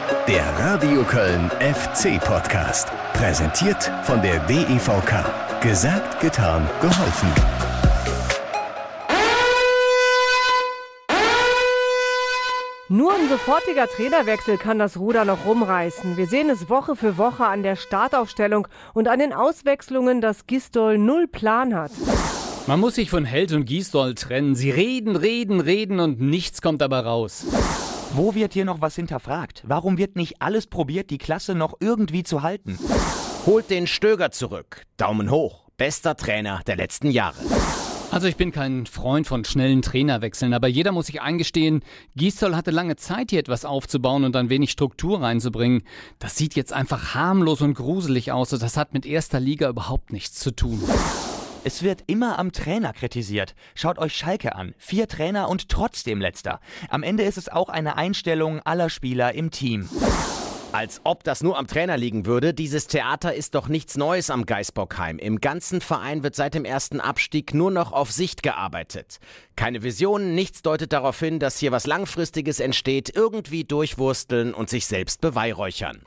Der Radio Köln FC Podcast. Präsentiert von der DEVK. Gesagt, getan, geholfen. Nur ein sofortiger Trainerwechsel kann das Ruder noch rumreißen. Wir sehen es Woche für Woche an der Startaufstellung und an den Auswechslungen, dass Gisdol null Plan hat. Man muss sich von Held und Gisdol trennen. Sie reden und nichts kommt dabei raus. Wo wird hier noch was hinterfragt? Warum wird nicht alles probiert, die Klasse noch irgendwie zu halten? Holt den Stöger zurück. Daumen hoch. Bester Trainer der letzten Jahre. Also ich bin kein Freund von schnellen Trainerwechseln, aber jeder muss sich eingestehen, Gisdol hatte lange Zeit, hier etwas aufzubauen und ein wenig Struktur reinzubringen. Das sieht jetzt einfach harmlos und gruselig aus und das hat mit erster Liga überhaupt nichts zu tun. Es wird immer am Trainer kritisiert. Schaut euch Schalke an. 4 Trainer und trotzdem letzter. Am Ende ist es auch eine Einstellung aller Spieler im Team. Als ob das nur am Trainer liegen würde. Dieses Theater ist doch nichts Neues am Gaisbockheim. Im ganzen Verein wird seit dem ersten Abstieg nur noch auf Sicht gearbeitet. Keine Visionen, nichts deutet darauf hin, dass hier was Langfristiges entsteht. Irgendwie durchwursteln und sich selbst beweihräuchern.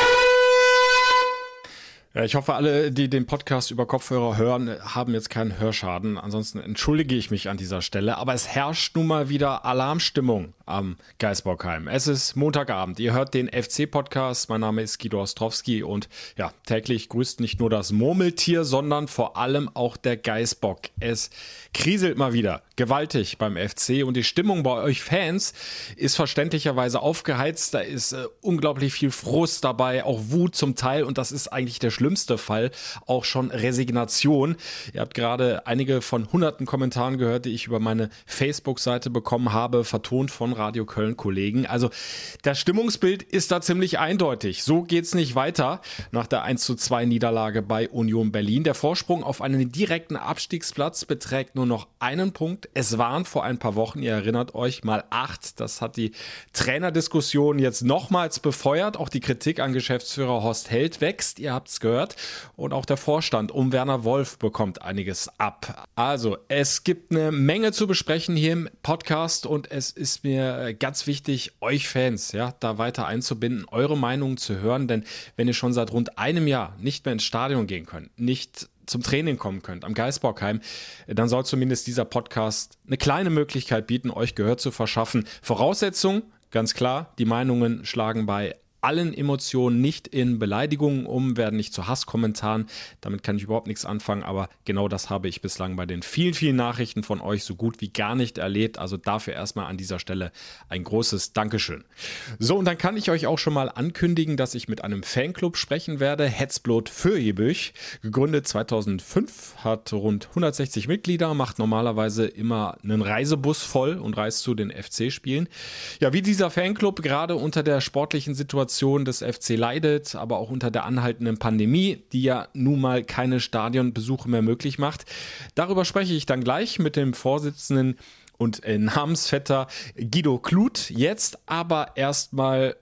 Ja, ich hoffe, alle, die den Podcast über Kopfhörer hören, haben jetzt keinen Hörschaden. Ansonsten entschuldige ich mich an dieser Stelle. Aber es herrscht nun mal wieder Alarmstimmung am Gaisbockheim. Es ist Montagabend. Ihr hört den FC-Podcast. Mein Name ist Guido Ostrowski und ja, täglich grüßt nicht nur das Murmeltier, sondern vor allem auch der Gaisbock. Es kriselt mal wieder gewaltig beim FC und die Stimmung bei euch Fans ist verständlicherweise aufgeheizt. Da ist unglaublich viel Frust dabei, auch Wut zum Teil und das ist eigentlich der schlimmste Fall, auch schon Resignation. Ihr habt gerade einige von hunderten Kommentaren gehört, die ich über meine Facebook-Seite bekommen habe, vertont von Radio Köln-Kollegen. Also das Stimmungsbild ist da ziemlich eindeutig. So geht's nicht weiter nach der 1:2 Niederlage bei Union Berlin. Der Vorsprung auf einen direkten Abstiegsplatz beträgt nur noch einen Punkt. Es waren vor ein paar Wochen, ihr erinnert euch, mal 8. Das hat die Trainerdiskussion jetzt nochmals befeuert. Auch die Kritik an Geschäftsführer Horst Held wächst. Ihr habt's gehört. Und auch der Vorstand um Werner Wolf bekommt einiges ab. Also, es gibt eine Menge zu besprechen hier im Podcast und es ist mir ganz wichtig, euch Fans, ja, da weiter einzubinden, eure Meinungen zu hören, denn wenn ihr schon seit rund einem Jahr nicht mehr ins Stadion gehen könnt, nicht zum Training kommen könnt am Gaisbockheim, dann soll zumindest dieser Podcast eine kleine Möglichkeit bieten, euch Gehör zu verschaffen. Voraussetzung, ganz klar, die Meinungen schlagen bei allen Emotionen nicht in Beleidigungen um, werden nicht zu Hasskommentaren. Damit kann ich überhaupt nichts anfangen, aber genau das habe ich bislang bei den vielen, vielen Nachrichten von euch so gut wie gar nicht erlebt. Also dafür erstmal an dieser Stelle ein großes Dankeschön. So, und dann kann ich euch auch schon mal ankündigen, dass ich mit einem Fanclub sprechen werde. Hetzblut für Jebüch. Gegründet 2005, hat rund 160 Mitglieder, macht normalerweise immer einen Reisebus voll und reist zu den FC-Spielen. Ja, wie dieser Fanclub gerade unter der sportlichen Situation des FC leidet, aber auch unter der anhaltenden Pandemie, die ja nun mal keine Stadionbesuche mehr möglich macht. Darüber spreche ich dann gleich mit dem Vorsitzenden und Namensvetter Guido Kluth. Jetzt aber erstmal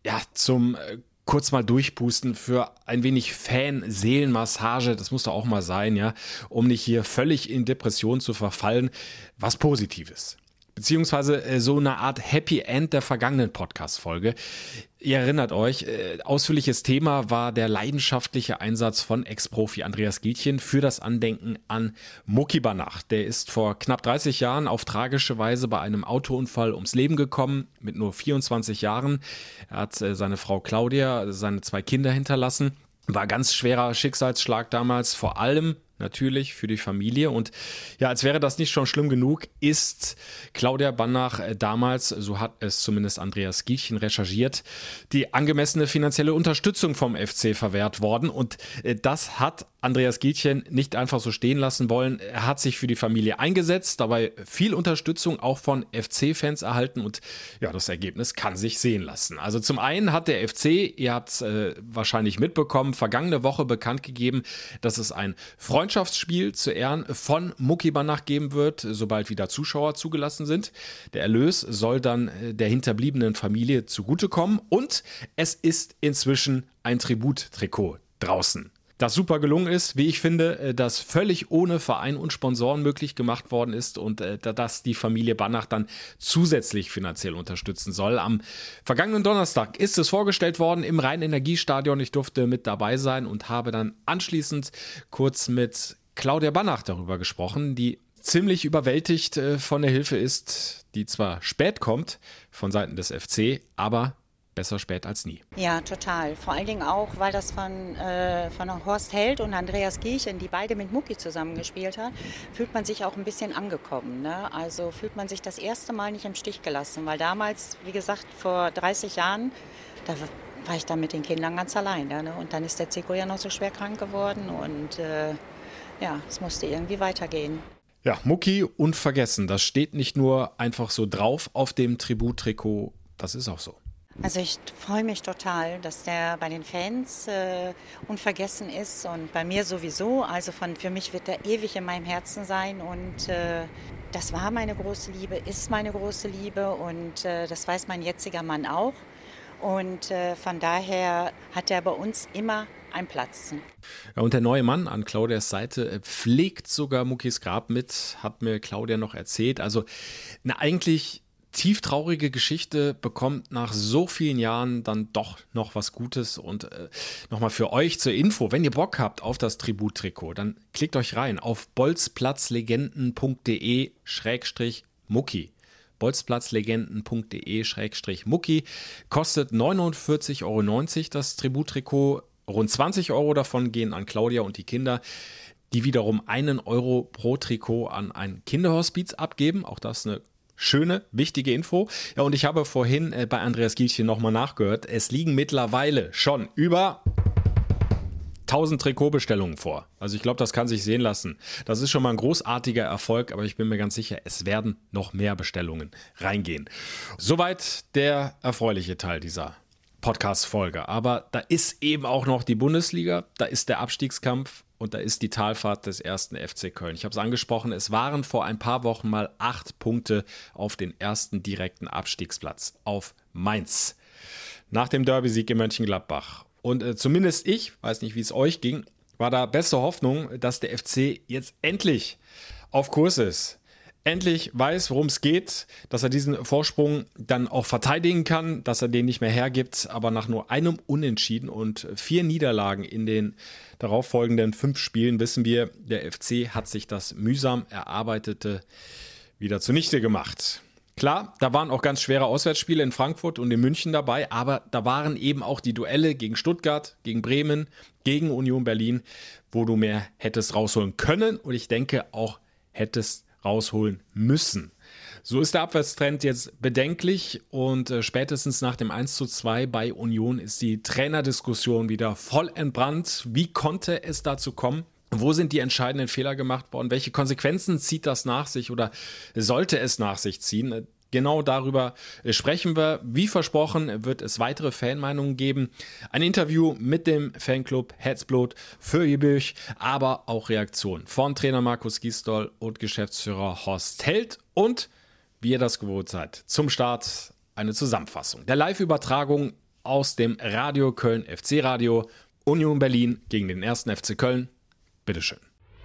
zum kurz mal durchpusten für ein wenig Fan-Seelenmassage, das muss doch auch mal sein, ja, um nicht hier völlig in Depression zu verfallen. Was Positives. Beziehungsweise so eine Art Happy End der vergangenen Podcast-Folge. Ihr erinnert euch, ausführliches Thema war der leidenschaftliche Einsatz von Ex-Profi Andreas Gilchen für das Andenken an Mucki Banach. Der ist vor knapp 30 Jahren auf tragische Weise bei einem Autounfall ums Leben gekommen, mit nur 24 Jahren. Er hat seine Frau Claudia, seine 2 Kinder hinterlassen. War ganz schwerer Schicksalsschlag damals, vor allem natürlich für die Familie. Und ja, als wäre das nicht schon schlimm genug, ist Claudia Banach damals, so hat es zumindest Andreas Gilchen recherchiert, die angemessene finanzielle Unterstützung vom FC verwehrt worden. Und das hat Andreas Gilchen nicht einfach so stehen lassen wollen. Er hat sich für die Familie eingesetzt, dabei viel Unterstützung auch von FC-Fans erhalten und ja, das Ergebnis kann sich sehen lassen. Also zum einen hat der FC, ihr habt es wahrscheinlich mitbekommen, vergangene Woche bekannt gegeben, dass es ein Freundschaftsspiel zu Ehren von Mucki Banach geben wird, sobald wieder Zuschauer zugelassen sind. Der Erlös soll dann der hinterbliebenen Familie zugutekommen und es ist inzwischen ein Tributtrikot draußen. das super gelungen ist, wie ich finde, das völlig ohne Verein und Sponsoren möglich gemacht worden ist und dass die Familie Banach dann zusätzlich finanziell unterstützen soll. Am vergangenen Donnerstag ist es vorgestellt worden im Rhein-Energiestadion. Ich durfte mit dabei sein und habe dann anschließend kurz mit Claudia Banach darüber gesprochen, die ziemlich überwältigt von der Hilfe ist, die zwar spät kommt von Seiten des FC, aber besser spät als nie. Ja, total. Vor allen Dingen auch, weil das von Horst Held und Andreas Giechen, die beide mit Mucki zusammengespielt haben, fühlt man sich auch ein bisschen angekommen. Ne? Also fühlt man sich das erste Mal nicht im Stich gelassen. Weil damals, wie gesagt, vor 30 Jahren, da war ich dann mit den Kindern ganz allein. Ne? Und dann ist der Zico ja noch so schwer krank geworden. Und es musste irgendwie weitergehen. Ja, Mucki unvergessen. Das steht nicht nur einfach so drauf auf dem Tributtrikot. Das ist auch so. Also ich freue mich total, dass der bei den Fans unvergessen ist und bei mir sowieso. Also für mich wird er ewig in meinem Herzen sein und das war meine große Liebe, ist meine große Liebe und das weiß mein jetziger Mann auch. Und von daher hat er bei uns immer einen Platz. Ja, und der neue Mann an Claudias Seite pflegt sogar Muckis Grab mit, hat mir Claudia noch erzählt. Also eigentlich tieftraurige Geschichte bekommt nach so vielen Jahren dann doch noch was Gutes. Und nochmal für euch zur Info, wenn ihr Bock habt auf das Tributtrikot, dann klickt euch rein auf bolzplatzlegenden.de/Mucki. bolzplatzlegenden.de/Mucki. Kostet 49,90 € das Tributtrikot. Rund 20 € davon gehen an Claudia und die Kinder, die wiederum 1 € pro Trikot an ein Kinderhospiz abgeben. Auch das eine schöne, wichtige Info. Ja, und ich habe vorhin bei Andreas Gielchen nochmal nachgehört. Es liegen mittlerweile schon über 1000 Trikotbestellungen vor. Also ich glaube, das kann sich sehen lassen. Das ist schon mal ein großartiger Erfolg, aber ich bin mir ganz sicher, es werden noch mehr Bestellungen reingehen. Soweit der erfreuliche Teil dieser Podcast-Folge. Aber da ist eben auch noch die Bundesliga, da ist der Abstiegskampf und da ist die Talfahrt des 1. FC Köln. Ich habe es angesprochen, es waren vor ein paar Wochen mal 8 Punkte auf den ersten direkten Abstiegsplatz, auf Mainz. Nach dem Derby-Sieg in Mönchengladbach. Und zumindest ich, weiß nicht, wie es euch ging, war da beste Hoffnung, dass der FC jetzt endlich auf Kurs ist. Endlich weiß, worum es geht, dass er diesen Vorsprung dann auch verteidigen kann, dass er den nicht mehr hergibt. Aber nach nur einem Unentschieden und 4 Niederlagen in den darauffolgenden 5 Spielen wissen wir, der FC hat sich das mühsam Erarbeitete wieder zunichte gemacht. Klar, da waren auch ganz schwere Auswärtsspiele in Frankfurt und in München dabei, aber da waren eben auch die Duelle gegen Stuttgart, gegen Bremen, gegen Union Berlin, wo du mehr hättest rausholen können und ich denke auch hättest rausholen müssen. So ist der Abwärtstrend jetzt bedenklich und spätestens nach dem 1:2 bei Union ist die Trainerdiskussion wieder voll entbrannt. Wie konnte es dazu kommen? Wo sind die entscheidenden Fehler gemacht worden? Welche Konsequenzen zieht das nach sich oder sollte es nach sich ziehen? Genau darüber sprechen wir. Wie versprochen wird es weitere Fanmeinungen geben. Ein Interview mit dem Fanclub Herzblut für Jübich, aber auch Reaktionen von Trainer Markus Gisdol und Geschäftsführer Horst Held. Und, wie ihr das gewohnt seid, zum Start eine Zusammenfassung der Live-Übertragung aus dem Radio Köln FC Radio. Union Berlin gegen den 1. FC Köln. Bitteschön.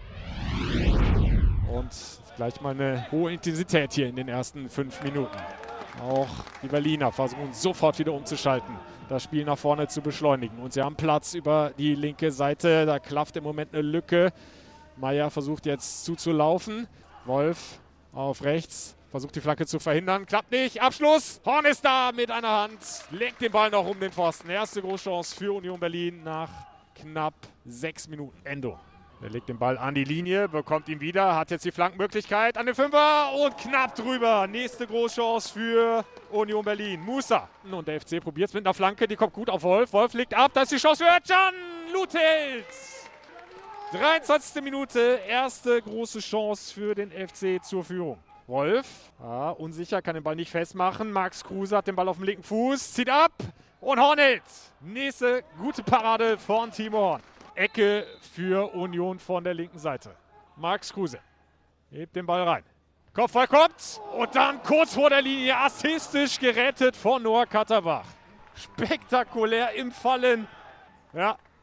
Und gleich mal eine hohe Intensität hier in den ersten 5 Minuten. Auch die Berliner versuchen sofort wieder umzuschalten, das Spiel nach vorne zu beschleunigen. Und sie haben Platz über die linke Seite. Da klafft im Moment eine Lücke. Meier versucht jetzt zuzulaufen. Wolf auf rechts, versucht die Flanke zu verhindern. Klappt nicht. Abschluss. Horn ist da mit einer Hand. Legt den Ball noch um den Pfosten. Erste Großchance für Union Berlin nach knapp 6 Minuten. Endo. Er legt den Ball an die Linie, bekommt ihn wieder, hat jetzt die Flankenmöglichkeit an den Fünfer und knapp drüber. Nächste Großchance für Union Berlin. Musa. Und der FC probiert es mit einer Flanke, die kommt gut auf Wolf. Wolf legt ab, da ist die Chance für Can Luthelt. 23. Minute, erste große Chance für den FC zur Führung. Wolf, unsicher, kann den Ball nicht festmachen. Max Kruse hat den Ball auf dem linken Fuß, zieht ab und Hornelt. Nächste gute Parade von Timo Horn. Ecke für Union von der linken Seite. Max Kruse hebt den Ball rein. Kopfball kommt und dann kurz vor der Linie assistisch gerettet von Noah Katterbach. Spektakulär im Fallen. Ja,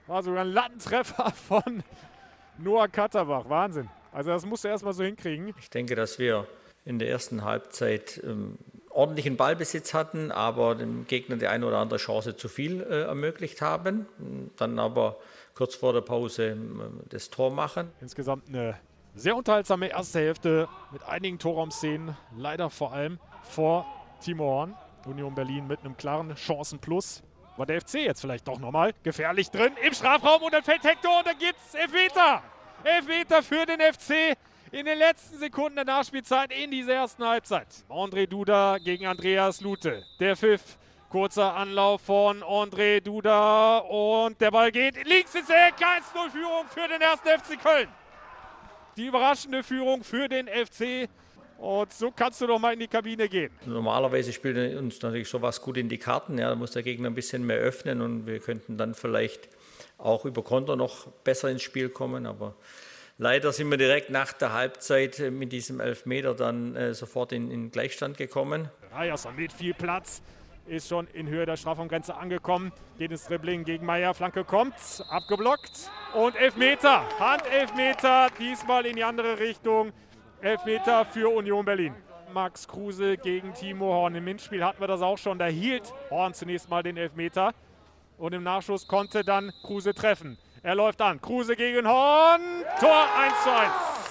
War sogar ein Lattentreffer von Noah Katterbach. Wahnsinn. Also das musst du erstmal so hinkriegen. Ich denke, dass wir in der ersten Halbzeit ordentlichen Ballbesitz hatten, aber dem Gegner die eine oder andere Chance zu viel ermöglicht haben. Dann aber kurz vor der Pause das Tor machen. Insgesamt eine sehr unterhaltsame erste Hälfte mit einigen Torraumszenen. Leider vor allem vor Timo Horn. Union Berlin mit einem klaren Chancenplus. War der FC jetzt vielleicht doch nochmal gefährlich drin im Strafraum und dann fällt Hector und dann gibt's Elfmeter. Elfmeter für den FC in den letzten Sekunden der Nachspielzeit in dieser ersten Halbzeit. André Duda gegen Andreas Lute. Der Pfiff, kurzer Anlauf von André Duda und der Ball geht links ins Eck. 1-0 Führung für den 1. FC Köln. Die überraschende Führung für den FC. Und so kannst du doch mal in die Kabine gehen. Normalerweise spielt uns natürlich sowas gut in die Karten. Ja, da muss der Gegner ein bisschen mehr öffnen und wir könnten dann vielleicht auch über Konter noch besser ins Spiel kommen. Aber leider sind wir direkt nach der Halbzeit mit diesem Elfmeter dann sofort in Gleichstand gekommen. Ryerson mit viel Platz ist schon in Höhe der Strafraumgrenze angekommen. Geht ins Dribbling gegen Meier. Flanke kommt, abgeblockt. Und Elfmeter, Handelfmeter, diesmal in die andere Richtung. Elfmeter für Union Berlin. Max Kruse gegen Timo Horn. Im Hinspiel hatten wir das auch schon. Da hielt Horn zunächst mal den Elfmeter. Und im Nachschuss konnte dann Kruse treffen. Er läuft an. Kruse gegen Horn. Tor 1:1.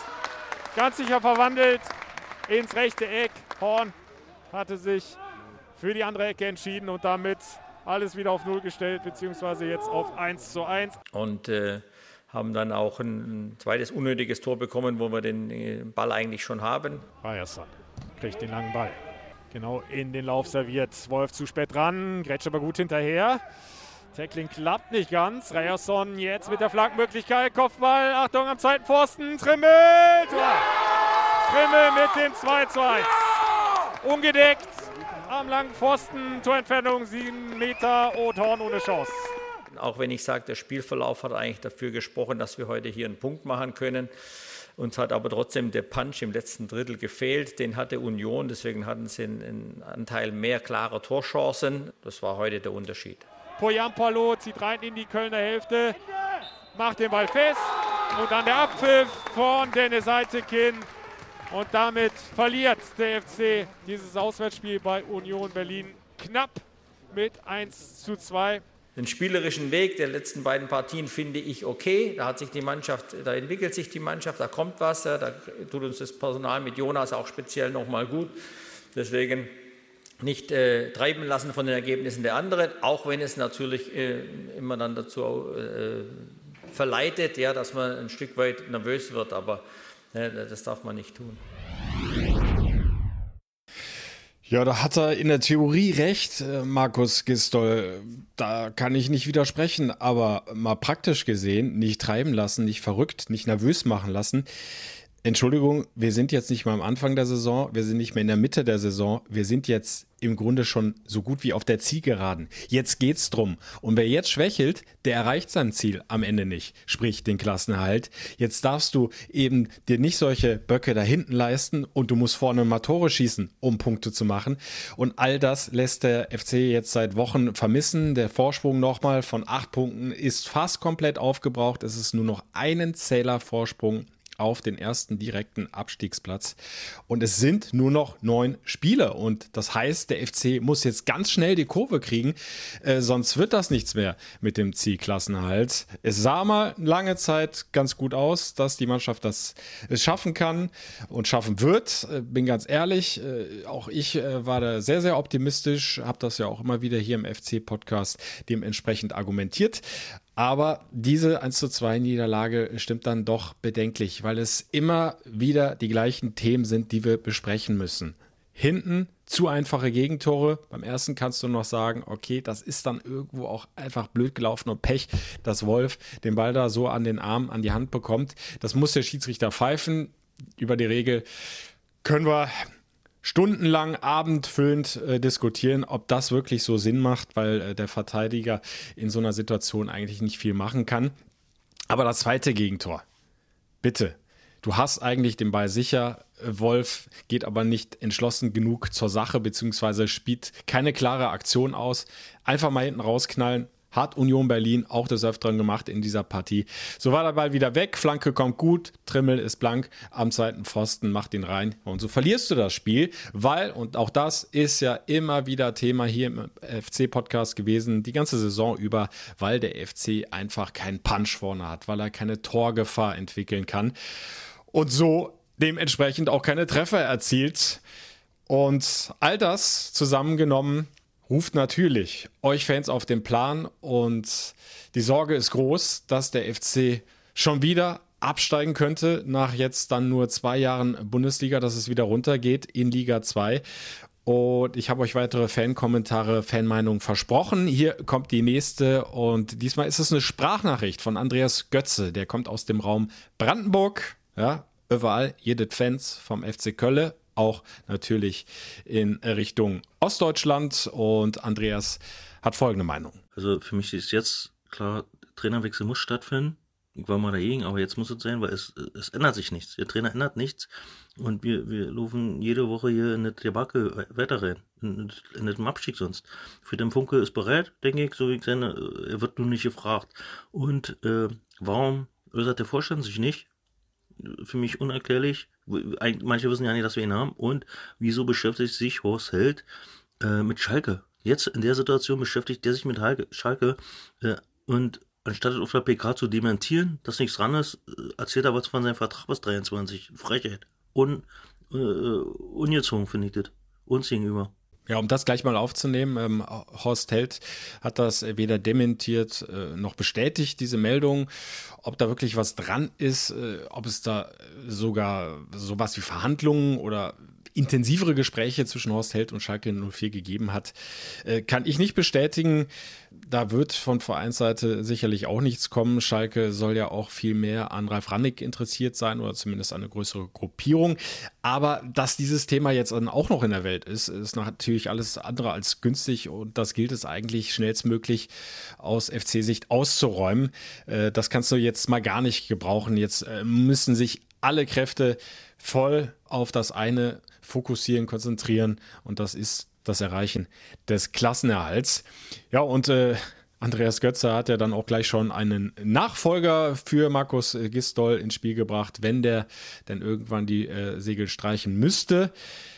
Ganz sicher verwandelt ins rechte Eck. Horn hatte sich für die andere Ecke entschieden und damit alles wieder auf 0 gestellt, beziehungsweise jetzt auf 1:1. Und haben dann auch ein zweites unnötiges Tor bekommen, wo wir den Ball eigentlich schon haben. Ryerson kriegt den langen Ball. Genau in den Lauf serviert. Wolf zu spät dran, grätscht aber gut hinterher. Tackling klappt nicht ganz. Ryerson jetzt mit der Flankenmöglichkeit. Kopfball, Achtung am zweiten Pfosten. Trimmel! Tor! Trimmel mit dem 2:1. Ungedeckt am langen Pfosten. Torentfernung 7 Meter und Horn ohne Chance. Auch wenn ich sage, der Spielverlauf hat eigentlich dafür gesprochen, dass wir heute hier einen Punkt machen können. Uns hat aber trotzdem der Punch im letzten Drittel gefehlt. Den hatte Union, deswegen hatten sie einen Anteil mehr klarer Torchancen. Das war heute der Unterschied. Poyampalo zieht rein in die Kölner Hälfte, macht den Ball fest und dann der Abpfiff von Dennis Eitekin. Und damit verliert der FC dieses Auswärtsspiel bei Union Berlin knapp mit 1:2. Den spielerischen Weg der letzten beiden Partien finde ich okay. Da entwickelt sich die Mannschaft, da kommt was. Da tut uns das Personal mit Jonas auch speziell nochmal gut. Deswegen nicht treiben lassen von den Ergebnissen der anderen, auch wenn es natürlich immer dann dazu verleitet, ja, dass man ein Stück weit nervös wird. Aber das darf man nicht tun. Ja, da hat er in der Theorie recht, Markus Gistol. Da kann ich nicht widersprechen, aber mal praktisch gesehen, nicht treiben lassen, nicht verrückt, nicht nervös machen lassen. Entschuldigung, wir sind jetzt nicht mal am Anfang der Saison, wir sind nicht mehr in der Mitte der Saison, wir sind jetzt im Grunde schon so gut wie auf der Zielgeraden. Jetzt geht's drum. Und wer jetzt schwächelt, der erreicht sein Ziel am Ende nicht, sprich den Klassenerhalt. Jetzt darfst du eben dir nicht solche Böcke da hinten leisten und du musst vorne mal Tore schießen, um Punkte zu machen. Und all das lässt der FC jetzt seit Wochen vermissen. Der Vorsprung nochmal von 8 Punkten ist fast komplett aufgebraucht. Es ist nur noch einen Zähler-Vorsprung auf den ersten direkten Abstiegsplatz. Und es sind nur noch 9 Spiele. Und das heißt, der FC muss jetzt ganz schnell die Kurve kriegen, sonst wird das nichts mehr mit dem Zielklassenerhalt. Es sah mal lange Zeit ganz gut aus, dass die Mannschaft das schaffen kann und schaffen wird. Bin ganz ehrlich, auch ich war da sehr, sehr optimistisch, habe das ja auch immer wieder hier im FC-Podcast dementsprechend argumentiert. Aber diese 1:2 Niederlage stimmt dann doch bedenklich, weil es immer wieder die gleichen Themen sind, die wir besprechen müssen. Hinten zu einfache Gegentore. Beim ersten kannst du noch sagen, okay, das ist dann irgendwo auch einfach blöd gelaufen und Pech, dass Wolf den Ball da so an den Arm, an die Hand bekommt. Das muss der Schiedsrichter pfeifen. Über die Regel können wir stundenlang abendfüllend diskutieren, ob das wirklich so Sinn macht, weil der Verteidiger in so einer Situation eigentlich nicht viel machen kann. Aber das zweite Gegentor, bitte, du hast eigentlich den Ball sicher, Wolf geht aber nicht entschlossen genug zur Sache, beziehungsweise spielt keine klare Aktion aus. Einfach mal hinten rausknallen, hat Union Berlin auch des Öfteren gemacht in dieser Partie. So war der Ball wieder weg, Flanke kommt gut, Trimmel ist blank, am zweiten Pfosten macht ihn rein und so verlierst du das Spiel, weil, und auch das ist ja immer wieder Thema hier im FC-Podcast gewesen, die ganze Saison über, weil der FC einfach keinen Punch vorne hat, weil er keine Torgefahr entwickeln kann und so dementsprechend auch keine Treffer erzielt. Und all das zusammengenommen ruft natürlich euch Fans auf den Plan und die Sorge ist groß, dass der FC schon wieder absteigen könnte nach jetzt dann nur 2 Jahren Bundesliga, dass es wieder runtergeht in Liga 2. Und ich habe euch weitere Fankommentare, Fanmeinungen versprochen. Hier kommt die nächste und diesmal ist es eine Sprachnachricht von Andreas Götze. Der kommt aus dem Raum Brandenburg, ja, überall, jede Fans vom FC Köln. Auch natürlich in Richtung Ostdeutschland und Andreas hat folgende Meinung. Also für mich ist jetzt klar, Trainerwechsel muss stattfinden. Ich war mal dagegen, aber jetzt muss es sein, weil es ändert sich nichts. Der Trainer ändert nichts und wir laufen jede Woche hier in das Debakel weiter rein, in den Abstieg sonst. Für den Funke ist bereit, denke ich, so wie ich sage, er wird nun nicht gefragt. Und warum äußert der Vorstand sich nicht? Für mich unerklärlich. Manche wissen ja nicht, dass wir ihn haben. Und wieso beschäftigt sich Horst Held mit Schalke? Jetzt in der Situation beschäftigt er sich mit Schalke und anstatt auf der PK zu dementieren, dass nichts dran ist, erzählt er was von seinem Vertrag bis 23. Frechheit. Ungezogen finde ich das. Uns gegenüber. Ja, um das gleich mal aufzunehmen, Horst Held hat das weder dementiert noch bestätigt, diese Meldung. Ob da wirklich was dran ist, ob es da sogar sowas wie Verhandlungen oder intensivere Gespräche zwischen Horst Held und Schalke 04 gegeben hat, kann ich nicht bestätigen. Da wird von Vereinsseite sicherlich auch nichts kommen. Schalke soll ja auch viel mehr an Ralf Rangnick interessiert sein oder zumindest eine größere Gruppierung. Aber dass dieses Thema jetzt dann auch noch in der Welt ist, ist natürlich alles andere als günstig und das gilt es eigentlich schnellstmöglich aus FC-Sicht auszuräumen. Das kannst du jetzt mal gar nicht gebrauchen. Jetzt müssen sich alle Kräfte voll auf das eine fokussieren, konzentrieren und das ist das Erreichen des Klassenerhalts. Ja, und Andreas Götze hat ja dann auch gleich schon einen Nachfolger für Markus Gisdol ins Spiel gebracht, wenn der dann irgendwann die Segel streichen müsste.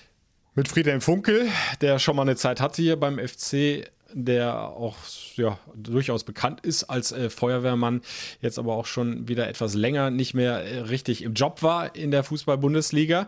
Mit Friedhelm Funkel, der schon mal eine Zeit hatte hier beim FC, der auch durchaus bekannt ist als Feuerwehrmann, jetzt aber auch schon wieder etwas länger nicht mehr richtig im Job war in der Fußball-Bundesliga.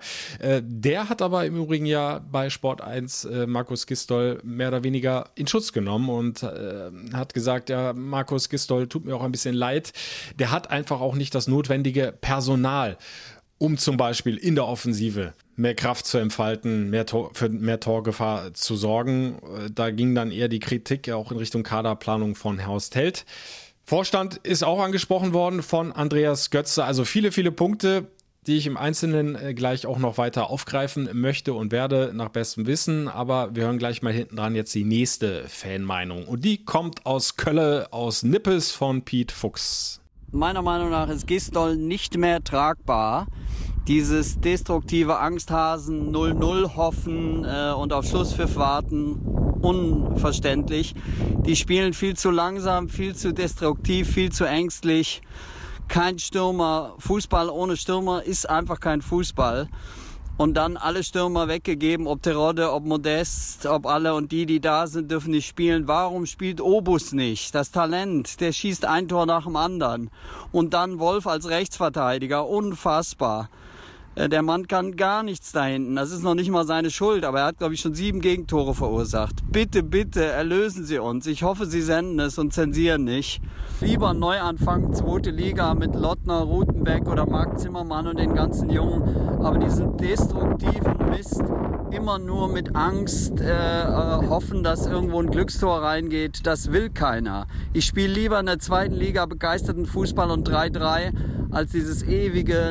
Der hat aber im Übrigen ja bei Sport 1 Markus Gisdol mehr oder weniger in Schutz genommen und hat gesagt, ja, Markus Gisdol tut mir auch ein bisschen leid. Der hat einfach auch nicht das notwendige Personal, um zum Beispiel in der Offensive mehr Kraft zu entfalten, für mehr Torgefahr zu sorgen. Da ging dann eher die Kritik auch in Richtung Kaderplanung von Horst Held. Vorstand ist auch angesprochen worden von Andreas Götze. Also viele, viele Punkte, die ich im Einzelnen gleich auch noch weiter aufgreifen möchte und werde nach bestem Wissen. Aber wir hören gleich mal hinten dran jetzt die nächste Fanmeinung. Und die kommt aus Köln, aus Nippes von Piet Fuchs. Meiner Meinung nach ist Gisdol nicht mehr tragbar. Dieses destruktive Angsthasen 0-0 hoffen und auf Schlusspfiff warten, unverständlich. Die spielen viel zu langsam, viel zu destruktiv, viel zu ängstlich. Kein Stürmer. Fußball ohne Stürmer ist einfach kein Fußball. Und dann alle Stürmer weggegeben, ob Terodde, ob Modest, ob alle und die da sind, dürfen nicht spielen. Warum spielt Obus nicht? Das Talent, der schießt ein Tor nach dem anderen. Und dann Wolf als Rechtsverteidiger, unfassbar. Der Mann kann gar nichts da hinten. Das ist noch nicht mal seine Schuld, aber er hat, glaube ich, schon 7 Gegentore verursacht. Bitte, bitte, erlösen Sie uns. Ich hoffe, Sie senden es und zensieren nicht. Lieber einen Neuanfang, 2. Liga mit Lottner, Rutenbeck oder Marc Zimmermann und den ganzen Jungen. Aber diesen destruktiven Mist, immer nur mit Angst hoffen, dass irgendwo ein Glückstor reingeht, das will keiner. Ich spiele lieber in der 2. Liga begeisterten Fußball und 3-3, als dieses ewige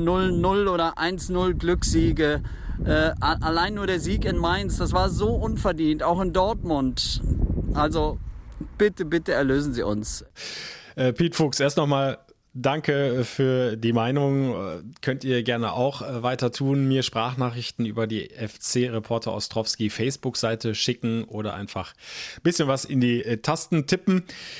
0-0 oder 1-0 Glückssiege. Allein nur der Sieg in Mainz, das war so unverdient, auch in Dortmund. Also bitte, bitte erlösen Sie uns. Piet Fuchs, erst nochmal Danke für die Meinung. Könnt ihr gerne auch weiter tun. Mir Sprachnachrichten über die FC-Reporter Ostrowski Facebook-Seite schicken oder einfach ein bisschen was in die Tasten tippen.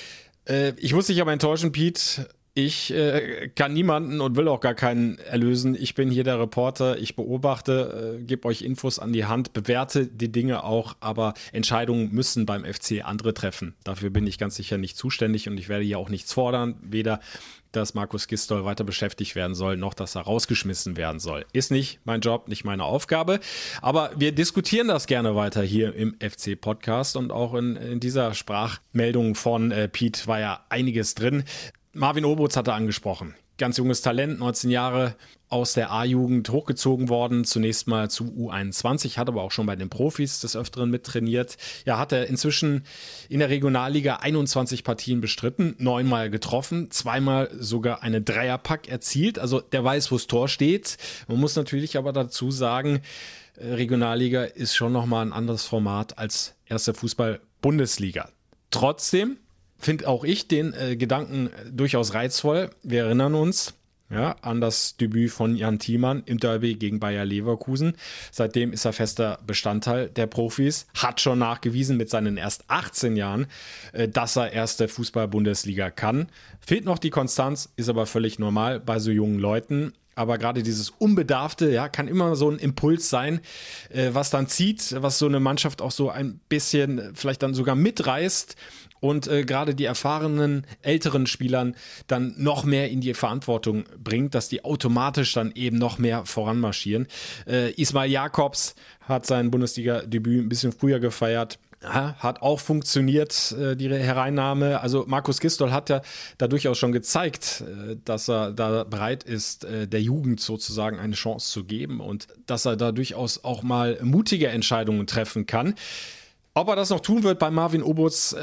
Ich muss dich aber enttäuschen, Piet. Ich kann niemanden und will auch gar keinen erlösen. Ich bin hier der Reporter, ich beobachte, gebe euch Infos an die Hand, bewerte die Dinge auch, aber Entscheidungen müssen beim FC andere treffen. Dafür bin ich ganz sicher nicht zuständig und ich werde hier auch nichts fordern, weder dass Markus Gisdol weiter beschäftigt werden soll, noch dass er rausgeschmissen werden soll. Ist nicht mein Job, nicht meine Aufgabe, aber wir diskutieren das gerne weiter hier im FC-Podcast und auch in dieser Sprachmeldung von Piet war ja einiges drin. Marvin Obutz hatte angesprochen. Ganz junges Talent, 19 Jahre aus der A-Jugend hochgezogen worden. Zunächst mal zu U21, hat aber auch schon bei den Profis des Öfteren mittrainiert. Ja, hat er inzwischen in der Regionalliga 21 Partien bestritten, 9-mal getroffen, 2-mal sogar eine Dreierpack erzielt. Also der weiß, wo das Tor steht. Man muss natürlich aber dazu sagen, Regionalliga ist schon nochmal ein anderes Format als erste Fußball-Bundesliga. Trotzdem finde auch ich den Gedanken durchaus reizvoll. Wir erinnern uns an das Debüt von Jan Thiemann im Derby gegen Bayer Leverkusen. Seitdem ist er fester Bestandteil der Profis, hat schon nachgewiesen mit seinen erst 18 Jahren, dass er erste Fußball-Bundesliga kann. Fehlt noch die Konstanz, ist aber völlig normal bei so jungen Leuten. Aber gerade dieses Unbedarfte, kann immer so ein Impuls sein, was dann zieht, was so eine Mannschaft auch so ein bisschen vielleicht dann sogar mitreißt und gerade die erfahrenen, älteren Spielern dann noch mehr in die Verantwortung bringt, dass die automatisch dann eben noch mehr voranmarschieren. Ismail Jakobs hat sein Bundesliga-Debüt ein bisschen früher gefeiert. Hat auch funktioniert, die Hereinnahme. Also Markus Gisdol hat ja da durchaus schon gezeigt, dass er da bereit ist, der Jugend sozusagen eine Chance zu geben und dass er da durchaus auch mal mutige Entscheidungen treffen kann. Ob er das noch tun wird bei Marvin Obutz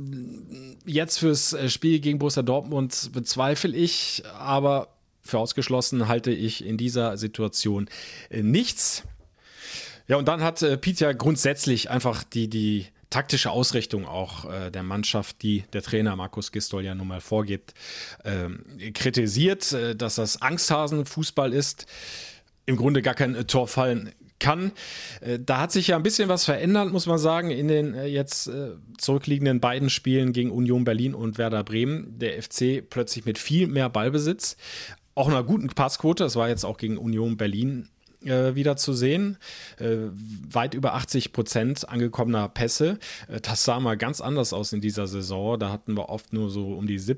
jetzt fürs Spiel gegen Borussia Dortmund bezweifle ich, aber für ausgeschlossen halte ich in dieser Situation nichts. Ja, und dann hat Piet ja grundsätzlich einfach die taktische Ausrichtung auch der Mannschaft, die der Trainer Markus Gisdol ja nun mal vorgibt, kritisiert, dass das Angsthasen-Fußball ist, im Grunde gar kein Tor fallen kann. Da hat sich ja ein bisschen was verändert, muss man sagen, in den jetzt zurückliegenden beiden Spielen gegen Union Berlin und Werder Bremen. Der FC plötzlich mit viel mehr Ballbesitz, auch einer guten Passquote, das war jetzt auch gegen Union Berlin wieder zu sehen. Weit über 80% angekommener Pässe. Das sah mal ganz anders aus in dieser Saison. Da hatten wir oft nur so um die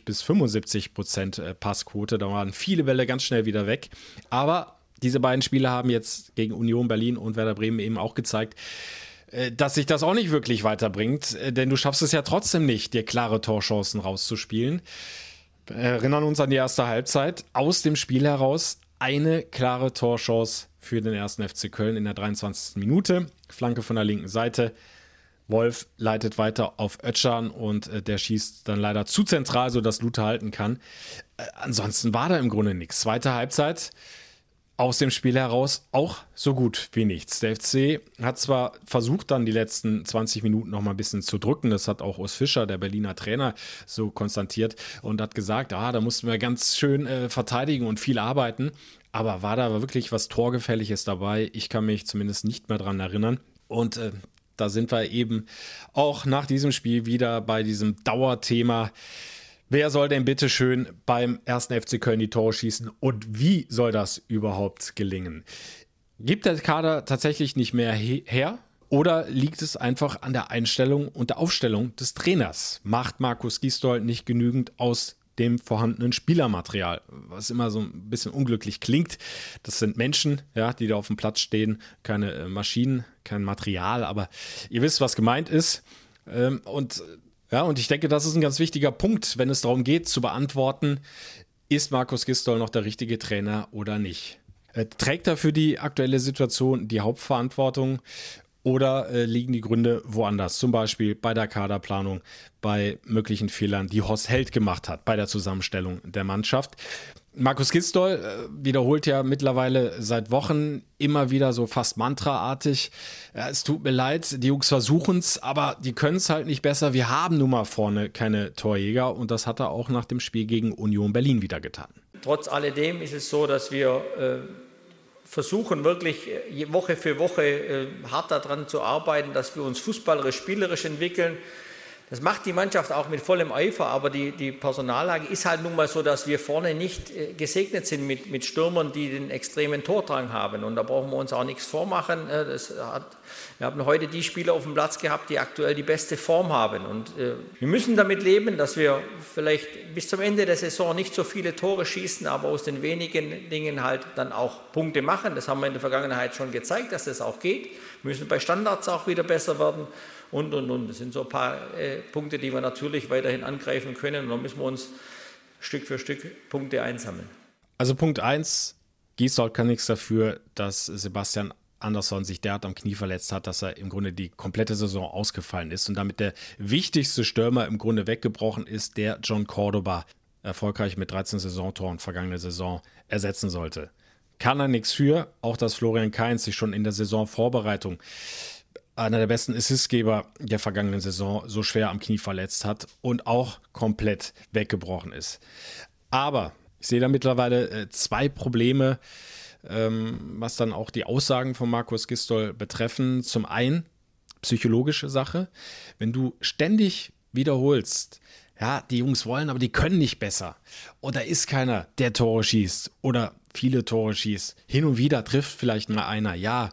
70-75% Passquote. Da waren viele Bälle ganz schnell wieder weg. Aber diese beiden Spiele haben jetzt gegen Union Berlin und Werder Bremen eben auch gezeigt, dass sich das auch nicht wirklich weiterbringt. Denn du schaffst es ja trotzdem nicht, dir klare Torchancen rauszuspielen. Wir erinnern uns an die erste Halbzeit. Aus dem Spiel heraus eine klare Torchance für den 1. FC Köln in der 23. Minute. Flanke von der linken Seite. Wolf leitet weiter auf Özcan und der schießt dann leider zu zentral, sodass Lute halten kann. Ansonsten war da im Grunde nichts. Zweite Halbzeit aus dem Spiel heraus auch so gut wie nichts. Der FC hat zwar versucht, dann die letzten 20 Minuten noch mal ein bisschen zu drücken. Das hat auch Urs Fischer, der Berliner Trainer, so konstatiert und hat gesagt, da mussten wir ganz schön verteidigen und viel arbeiten. Aber war da wirklich was Torgefährliches dabei? Ich kann mich zumindest nicht mehr dran erinnern. Und da sind wir eben auch nach diesem Spiel wieder bei diesem Dauerthema. Wer soll denn bitte schön beim 1. FC Köln die Tore schießen und wie soll das überhaupt gelingen? Gibt der Kader tatsächlich nicht mehr her oder liegt es einfach an der Einstellung und der Aufstellung des Trainers? Macht Markus Gisdol nicht genügend aus dem vorhandenen Spielermaterial, was immer so ein bisschen unglücklich klingt? Das sind Menschen, die da auf dem Platz stehen, keine Maschinen, kein Material, aber ihr wisst, was gemeint ist. Und ich denke, das ist ein ganz wichtiger Punkt, wenn es darum geht, zu beantworten, ist Markus Gisdol noch der richtige Trainer oder nicht? Trägt er für die aktuelle Situation die Hauptverantwortung oder liegen die Gründe woanders? Zum Beispiel bei der Kaderplanung, bei möglichen Fehlern, die Horst Held gemacht hat, bei der Zusammenstellung der Mannschaft. Markus Gisdol wiederholt ja mittlerweile seit Wochen immer wieder so fast mantraartig, es tut mir leid, die Jungs versuchen es, aber die können es halt nicht besser. Wir haben nun mal vorne keine Torjäger und das hat er auch nach dem Spiel gegen Union Berlin wieder getan. Trotz alledem ist es so, dass wir versuchen wirklich Woche für Woche hart daran zu arbeiten, dass wir uns fußballerisch, spielerisch entwickeln. Das macht die Mannschaft auch mit vollem Eifer, aber die Personallage ist halt nun mal so, dass wir vorne nicht gesegnet sind mit Stürmern, die den extremen Tordrang haben. Und da brauchen wir uns auch nichts vormachen. Wir haben heute die Spieler auf dem Platz gehabt, die aktuell die beste Form haben. Und wir müssen damit leben, dass wir vielleicht bis zum Ende der Saison nicht so viele Tore schießen, aber aus den wenigen Dingen halt dann auch Punkte machen. Das haben wir in der Vergangenheit schon gezeigt, dass das auch geht. Wir müssen bei Standards auch wieder besser werden. Und. Das sind so ein paar Punkte, die wir natürlich weiterhin angreifen können. Und dann müssen wir uns Stück für Stück Punkte einsammeln. Also Punkt 1, Gisdol kann nichts dafür, dass Sebastian Andersson sich derart am Knie verletzt hat, dass er im Grunde die komplette Saison ausgefallen ist und damit der wichtigste Stürmer im Grunde weggebrochen ist, der John Cordoba erfolgreich mit 13 Saisontoren vergangene Saison ersetzen sollte. Kann er nichts für, auch dass Florian Kainz sich schon in der Saisonvorbereitung, einer der besten Assistgeber der vergangenen Saison, so schwer am Knie verletzt hat und auch komplett weggebrochen ist. Aber ich sehe da mittlerweile zwei Probleme, was dann auch die Aussagen von Markus Gisdol betreffen. Zum einen psychologische Sache. Wenn du ständig wiederholst, ja, die Jungs wollen, aber die können nicht besser. Und da ist keiner, der Tore schießt oder viele Tore schießt. Hin und wieder trifft vielleicht mal einer, ja.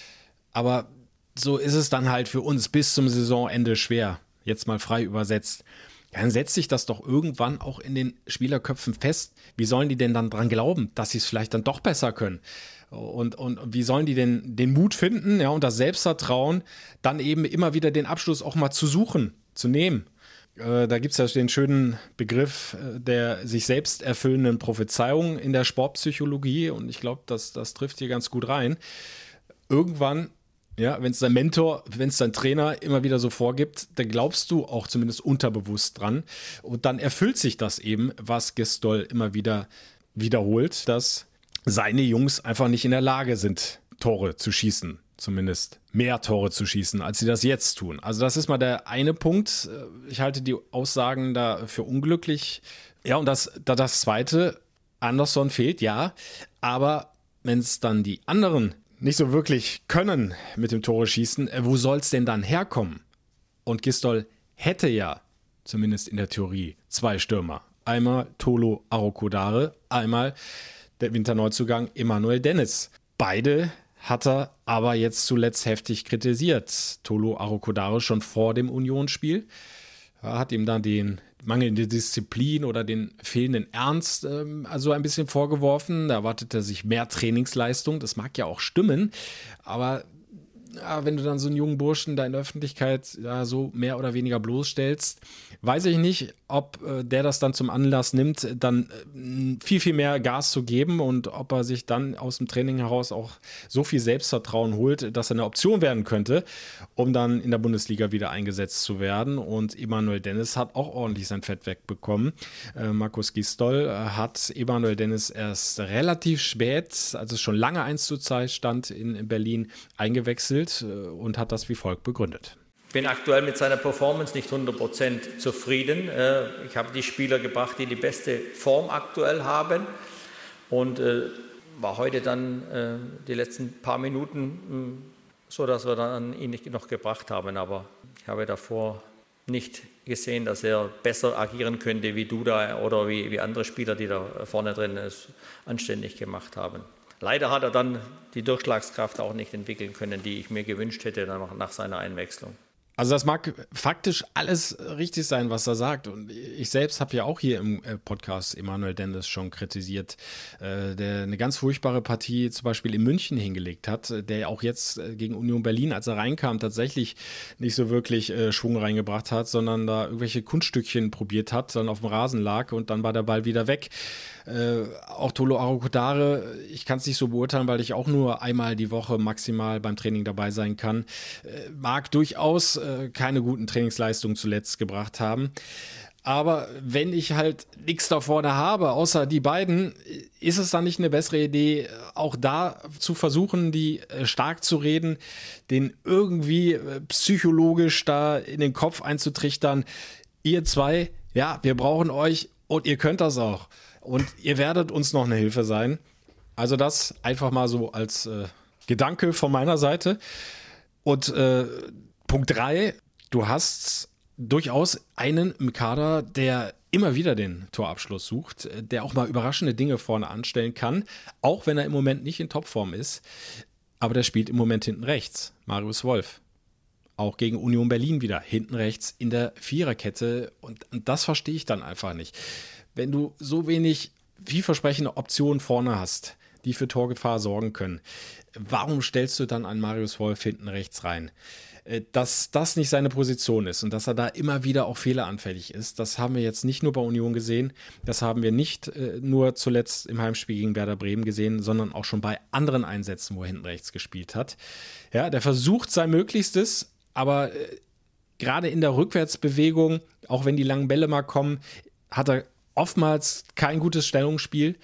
Aber so ist es dann halt für uns bis zum Saisonende schwer, jetzt mal frei übersetzt. Dann setzt sich das doch irgendwann auch in den Spielerköpfen fest. Wie sollen die denn dann dran glauben, dass sie es vielleicht dann doch besser können? Und wie sollen die denn den Mut finden, ja, und das Selbstvertrauen, dann eben immer wieder den Abschluss auch mal zu suchen, zu nehmen? Da gibt es ja den schönen Begriff der sich selbst erfüllenden Prophezeiung in der Sportpsychologie und ich glaube, das trifft hier ganz gut rein. Irgendwann, ja, wenn es dein Mentor, wenn es dein Trainer immer wieder so vorgibt, dann glaubst du auch zumindest unterbewusst dran. Und dann erfüllt sich das eben, was Gisdol immer wieder wiederholt, dass seine Jungs einfach nicht in der Lage sind, Tore zu schießen. Zumindest mehr Tore zu schießen, als sie das jetzt tun. Also das ist mal der eine Punkt. Ich halte die Aussagen da für unglücklich. Ja, und das Zweite, Andersson fehlt, ja. Aber wenn es dann die anderen nicht so wirklich können mit dem Tore schießen, wo soll es denn dann herkommen? Und Gisdol hätte ja, zumindest in der Theorie, zwei Stürmer. Einmal Tolo Arokodare, einmal der Winterneuzugang Emanuel Dennis. Beide hat er aber jetzt zuletzt heftig kritisiert. Tolo Arokodare schon vor dem Unionsspiel. Er hat ihm dann den mangelnde Disziplin oder den fehlenden Ernst also ein bisschen vorgeworfen. Da erwartet er sich mehr Trainingsleistung. Das mag ja auch stimmen, aber ja, wenn du dann so einen jungen Burschen da in der Öffentlichkeit ja, so mehr oder weniger bloßstellst, weiß ich nicht, ob der das dann zum Anlass nimmt, dann viel, viel mehr Gas zu geben und ob er sich dann aus dem Training heraus auch so viel Selbstvertrauen holt, dass er eine Option werden könnte, um dann in der Bundesliga wieder eingesetzt zu werden. Und Emanuel Dennis hat auch ordentlich sein Fett wegbekommen. Markus Gisdol hat Emanuel Dennis erst relativ spät, als es schon lange 1:2 stand in Berlin, eingewechselt und hat das wie folgt begründet. Ich bin aktuell mit seiner Performance nicht 100% zufrieden. Ich habe die Spieler gebracht, die die beste Form aktuell haben und war heute dann die letzten paar Minuten so, dass wir dann ihn nicht noch gebracht haben. Aber ich habe davor nicht gesehen, dass er besser agieren könnte wie Duda oder wie andere Spieler, die da vorne drin es anständig gemacht haben. Leider hat er dann die Durchschlagskraft auch nicht entwickeln können, die ich mir gewünscht hätte nach seiner Einwechslung. Also das mag faktisch alles richtig sein, was er sagt. Und ich selbst habe ja auch hier im Podcast Emanuel Dennis schon kritisiert, der eine ganz furchtbare Partie zum Beispiel in München hingelegt hat, der auch jetzt gegen Union Berlin, als er reinkam, tatsächlich nicht so wirklich Schwung reingebracht hat, sondern da irgendwelche Kunststückchen probiert hat, dann auf dem Rasen lag und dann war der Ball wieder weg. Auch Tolo Arokodare, ich kann es nicht so beurteilen, weil ich auch nur einmal die Woche maximal beim Training dabei sein kann, mag durchaus keine guten Trainingsleistungen zuletzt gebracht haben. Aber wenn ich halt nichts da vorne habe, außer die beiden, ist es dann nicht eine bessere Idee, auch da zu versuchen, die stark zu reden, den irgendwie psychologisch da in den Kopf einzutrichtern. Ihr zwei, ja, wir brauchen euch und ihr könnt das auch. Und ihr werdet uns noch eine Hilfe sein. Also das einfach mal so als Gedanke von meiner Seite. Und Punkt 3, du hast durchaus einen im Kader, der immer wieder den Torabschluss sucht, der auch mal überraschende Dinge vorne anstellen kann, auch wenn er im Moment nicht in Topform ist. Aber der spielt im Moment hinten rechts, Marius Wolf. Auch gegen Union Berlin wieder, hinten rechts in der Viererkette. Und das verstehe ich dann einfach nicht. Wenn du so wenig vielversprechende Optionen vorne hast, die für Torgefahr sorgen können, warum stellst du dann einen Marius Wolf hinten rechts rein? Dass das nicht seine Position ist und dass er da immer wieder auch fehleranfällig ist, das haben wir jetzt nicht nur bei Union gesehen, das haben wir nicht nur zuletzt im Heimspiel gegen Werder Bremen gesehen, sondern auch schon bei anderen Einsätzen, wo er hinten rechts gespielt hat. Ja, der versucht sein Möglichstes, aber gerade in der Rückwärtsbewegung, auch wenn die langen Bälle mal kommen, hat er oftmals kein gutes Stellungsspiel.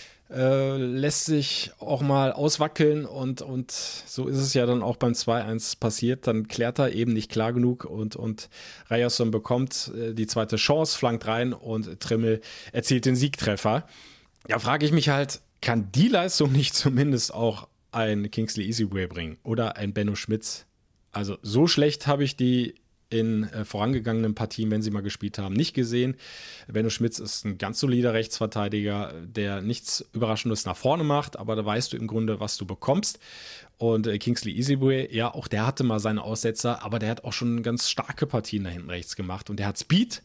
Lässt sich auch mal auswackeln und so ist es ja dann auch beim 2-1 passiert. Dann klärt er eben nicht klar genug und Ryerson bekommt die zweite Chance, flankt rein und Trimmel erzielt den Siegtreffer. Ja, frage ich mich halt, kann die Leistung nicht zumindest auch ein Kingsley Easyway bringen oder ein Benno Schmitz? Also so schlecht habe ich die in vorangegangenen Partien, wenn sie mal gespielt haben, nicht gesehen. Benno Schmitz ist ein ganz solider Rechtsverteidiger, der nichts Überraschendes nach vorne macht, aber da weißt du im Grunde, was du bekommst. Und Kingsley Easyway, ja, auch der hatte mal seine Aussetzer, aber der hat auch schon ganz starke Partien da hinten rechts gemacht und der hat Speed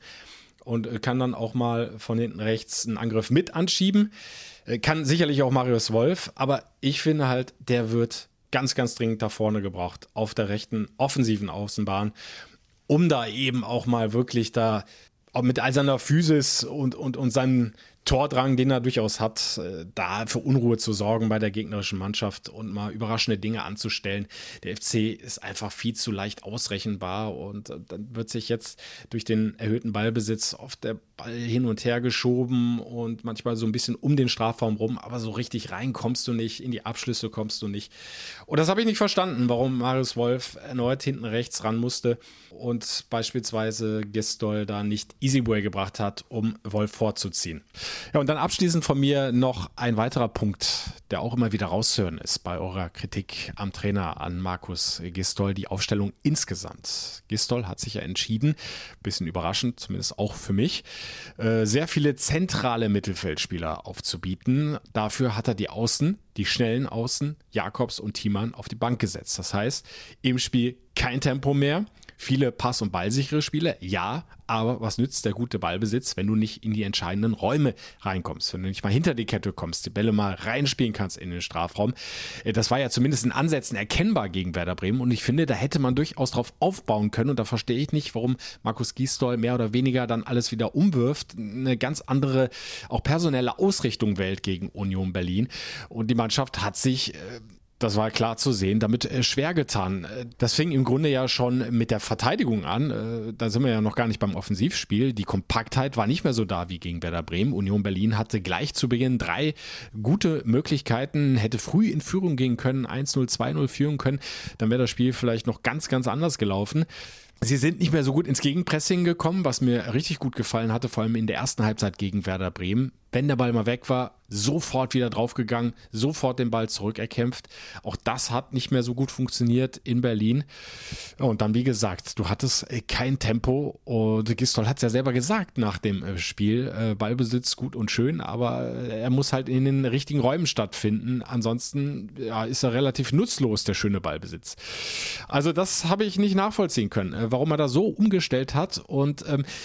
und kann dann auch mal von hinten rechts einen Angriff mit anschieben. Kann sicherlich auch Marius Wolf, aber ich finde halt, der wird ganz, ganz dringend da vorne gebraucht, auf der rechten offensiven Außenbahn, um da eben auch mal wirklich da auch mit all seiner Physis und seinem Tordrang, den er durchaus hat, da für Unruhe zu sorgen bei der gegnerischen Mannschaft und mal überraschende Dinge anzustellen. Der FC ist einfach viel zu leicht ausrechenbar und dann wird sich jetzt durch den erhöhten Ballbesitz oft der Ball hin und her geschoben und manchmal so ein bisschen um den Strafraum rum, aber so richtig rein kommst du nicht, in die Abschlüsse kommst du nicht. Und das habe ich nicht verstanden, warum Marius Wolf erneut hinten rechts ran musste und beispielsweise Gisdol da nicht Easyway gebracht hat, um Wolf vorzuziehen. Ja, und dann abschließend von mir noch ein weiterer Punkt, der auch immer wieder rauszuhören ist bei eurer Kritik am Trainer an Markus Gisdol, die Aufstellung insgesamt. Gisdol hat sich ja entschieden, bisschen überraschend, zumindest auch für mich, sehr viele zentrale Mittelfeldspieler aufzubieten. Dafür hat er die Außen, die schnellen Außen, Jakobs und Thiemann auf die Bank gesetzt. Das heißt, im Spiel kein Tempo mehr. Viele pass- und ballsichere Spiele, ja, aber was nützt der gute Ballbesitz, wenn du nicht in die entscheidenden Räume reinkommst, wenn du nicht mal hinter die Kette kommst, die Bälle mal reinspielen kannst in den Strafraum. Das war ja zumindest in Ansätzen erkennbar gegen Werder Bremen und ich finde, da hätte man durchaus drauf aufbauen können und da verstehe ich nicht, warum Markus Gisdol mehr oder weniger dann alles wieder umwirft, eine ganz andere, auch personelle Ausrichtung wählt gegen Union Berlin und die Mannschaft hat sich das war klar zu sehen, damit schwer getan. Das fing im Grunde ja schon mit der Verteidigung an. Da sind wir ja noch gar nicht beim Offensivspiel. Die Kompaktheit war nicht mehr so da wie gegen Werder Bremen. Union Berlin hatte gleich zu Beginn 3 gute Möglichkeiten, hätte früh in Führung gehen können, 1-0, 2-0 führen können. Dann wäre das Spiel vielleicht noch ganz, ganz anders gelaufen. Sie sind nicht mehr so gut ins Gegenpressing gekommen, was mir richtig gut gefallen hatte, vor allem in der ersten Halbzeit gegen Werder Bremen. Wenn der Ball mal weg war, sofort wieder draufgegangen, sofort den Ball zurückerkämpft. Auch das hat nicht mehr so gut funktioniert in Berlin. Und dann, wie gesagt, du hattest kein Tempo und Gisdol hat es ja selber gesagt nach dem Spiel, Ballbesitz gut und schön, aber er muss halt in den richtigen Räumen stattfinden. Ansonsten ja, ist er relativ nutzlos, der schöne Ballbesitz. Also das habe ich nicht nachvollziehen können, warum er da so umgestellt hat. Und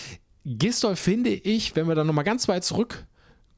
Gisdol finde ich, wenn wir dann nochmal ganz weit zurückblicken,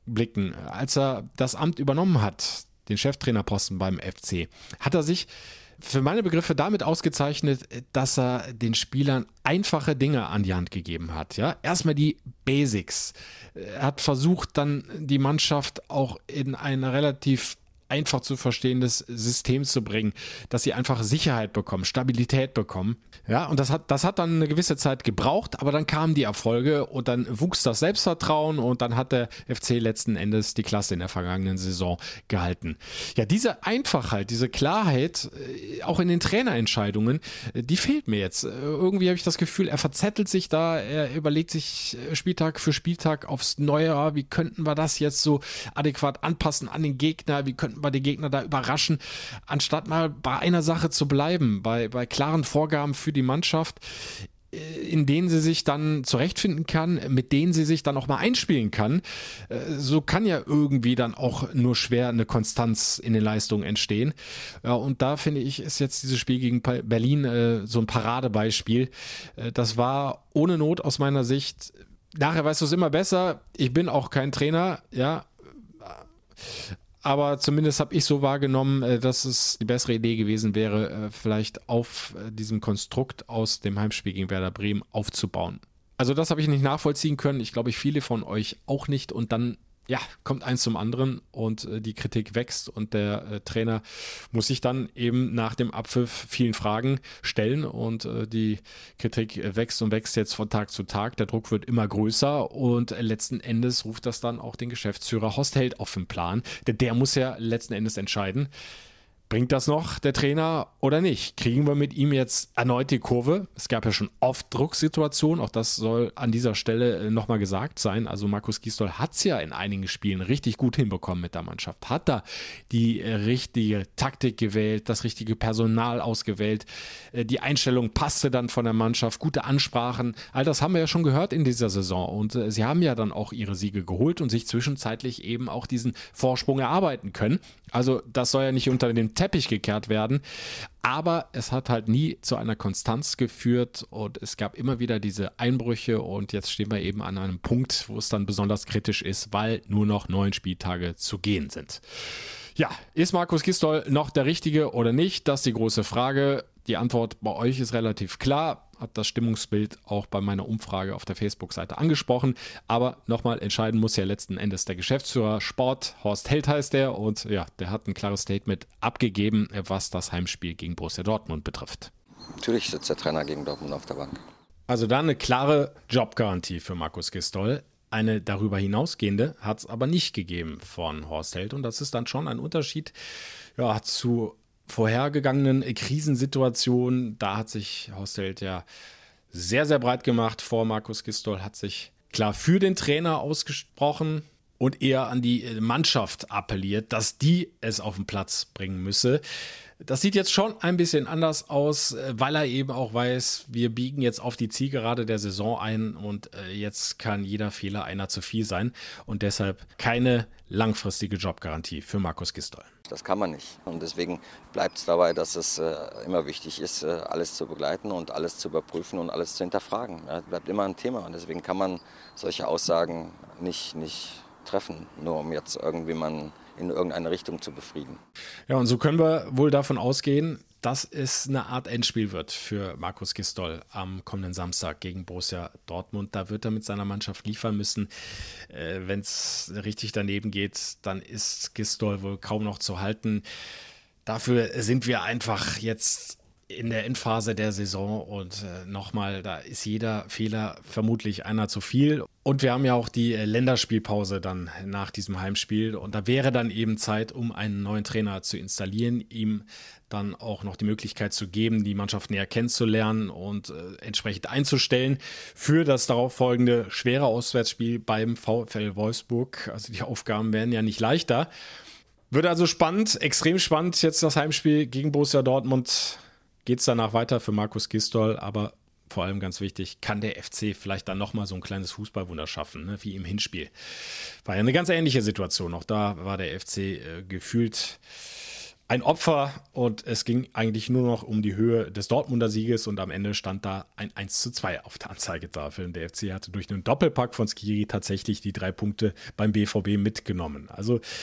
als er das Amt übernommen hat, den Cheftrainerposten beim FC, hat er sich für meine Begriffe damit ausgezeichnet, dass er den Spielern einfache Dinge an die Hand gegeben hat. Ja? Erstmal die Basics. Er hat versucht, dann die Mannschaft auch in eine relativ einfach zu verstehendes System zu bringen, dass sie einfach Sicherheit bekommen, Stabilität bekommen. Ja, und das hat dann eine gewisse Zeit gebraucht, aber dann kamen die Erfolge und dann wuchs das Selbstvertrauen und dann hat der FC letzten Endes die Klasse in der vergangenen Saison gehalten. Ja, diese Einfachheit, diese Klarheit, auch in den Trainerentscheidungen, die fehlt mir jetzt. Irgendwie habe ich das Gefühl, er verzettelt sich da, er überlegt sich Spieltag für Spieltag aufs Neue, wie könnten wir das jetzt so adäquat anpassen an den Gegner, wie könnten wir den Gegner da überraschen, anstatt mal bei einer Sache zu bleiben, bei klaren Vorgaben für die Mannschaft, in denen sie sich dann zurechtfinden kann, mit denen sie sich dann auch mal einspielen kann. So kann ja irgendwie dann auch nur schwer eine Konstanz in den Leistungen entstehen. Ja, und da finde ich, ist jetzt dieses Spiel gegen Berlin so ein Paradebeispiel. Das war ohne Not aus meiner Sicht. Nachher weißt du es immer besser. Ich bin auch kein Trainer, ja. Aber zumindest habe ich so wahrgenommen, dass es die bessere Idee gewesen wäre, vielleicht auf diesem Konstrukt aus dem Heimspiel gegen Werder Bremen aufzubauen. Also das habe ich nicht nachvollziehen können. Ich glaube, viele von euch auch nicht. Und dann kommt eins zum anderen und die Kritik wächst und der Trainer muss sich dann eben nach dem Abpfiff vielen Fragen stellen und die Kritik wächst und wächst jetzt von Tag zu Tag. Der Druck wird immer größer und letzten Endes ruft das dann auch den Geschäftsführer Horst Held auf den Plan, denn der muss ja letzten Endes entscheiden, bringt das noch der Trainer oder nicht? Kriegen wir mit ihm jetzt erneut die Kurve? Es gab ja schon oft Drucksituationen, auch das soll an dieser Stelle nochmal gesagt sein. Also Markus Gisdol hat es ja in einigen Spielen richtig gut hinbekommen mit der Mannschaft. Hat da die richtige Taktik gewählt, das richtige Personal ausgewählt. Die Einstellung passte dann von der Mannschaft, gute Ansprachen. All das haben wir ja schon gehört in dieser Saison. Und sie haben ja dann auch ihre Siege geholt und sich zwischenzeitlich eben auch diesen Vorsprung erarbeiten können. Also das soll ja nicht unter den Teppich gekehrt werden, aber es hat halt nie zu einer Konstanz geführt und es gab immer wieder diese Einbrüche und jetzt stehen wir eben an einem Punkt, wo es dann besonders kritisch ist, weil nur noch 9 Spieltage zu gehen sind. Ja, ist Markus Gisdol noch der Richtige oder nicht? Das ist die große Frage. Die Antwort bei euch ist relativ klar. Hat das Stimmungsbild auch bei meiner Umfrage auf der Facebook-Seite angesprochen. Aber nochmal, entscheiden muss ja letzten Endes der Geschäftsführer Sport. Horst Held heißt der und ja, der hat ein klares Statement abgegeben, was das Heimspiel gegen Borussia Dortmund betrifft. Natürlich sitzt der Trainer gegen Dortmund auf der Bank. Also da eine klare Jobgarantie für Markus Gisdol. Eine darüber hinausgehende hat es aber nicht gegeben von Horst Held und das ist dann schon ein Unterschied zu vorhergegangenen Krisensituationen. Da hat sich Horst Held ja sehr, sehr breit gemacht vor Markus Gisdol, hat sich klar für den Trainer ausgesprochen und eher an die Mannschaft appelliert, dass die es auf den Platz bringen müsse. Das sieht jetzt schon ein bisschen anders aus, weil er eben auch weiß, wir biegen jetzt auf die Zielgerade der Saison ein und jetzt kann jeder Fehler einer zu viel sein und deshalb keine langfristige Jobgarantie für Markus Gisdol. Das kann man nicht und deswegen bleibt es dabei, dass es immer wichtig ist, alles zu begleiten und alles zu überprüfen und alles zu hinterfragen. Das bleibt immer ein Thema und deswegen kann man solche Aussagen nicht treffen, nur um jetzt irgendwie man in irgendeine Richtung zu befrieden. Ja, und so können wir wohl davon ausgehen, dass es eine Art Endspiel wird für Markus Gisdol am kommenden Samstag gegen Borussia Dortmund. Da wird er mit seiner Mannschaft liefern müssen. Wenn es richtig daneben geht, dann ist Gisdol wohl kaum noch zu halten. Dafür sind wir einfach jetzt in der Endphase der Saison und nochmal, da ist jeder Fehler vermutlich einer zu viel. Und wir haben ja auch die Länderspielpause dann nach diesem Heimspiel und da wäre dann eben Zeit, um einen neuen Trainer zu installieren, ihm dann auch noch die Möglichkeit zu geben, die Mannschaft näher kennenzulernen und entsprechend einzustellen für das darauffolgende schwere Auswärtsspiel beim VfL Wolfsburg. Also die Aufgaben werden ja nicht leichter. Wird also spannend, extrem spannend jetzt das Heimspiel gegen Borussia Dortmund. Geht es danach weiter für Markus Gisdol, aber vor allem ganz wichtig, kann der FC vielleicht dann nochmal so ein kleines Fußballwunder schaffen, ne, wie im Hinspiel. War ja eine ganz ähnliche Situation. Auch da war der FC gefühlt ein Opfer und es ging eigentlich nur noch um die Höhe des Dortmunder Sieges und am Ende stand da ein 1:2 auf der Anzeigetafel. Und der FC hatte durch einen Doppelpack von Skiri tatsächlich die 3 Punkte beim BVB mitgenommen. Also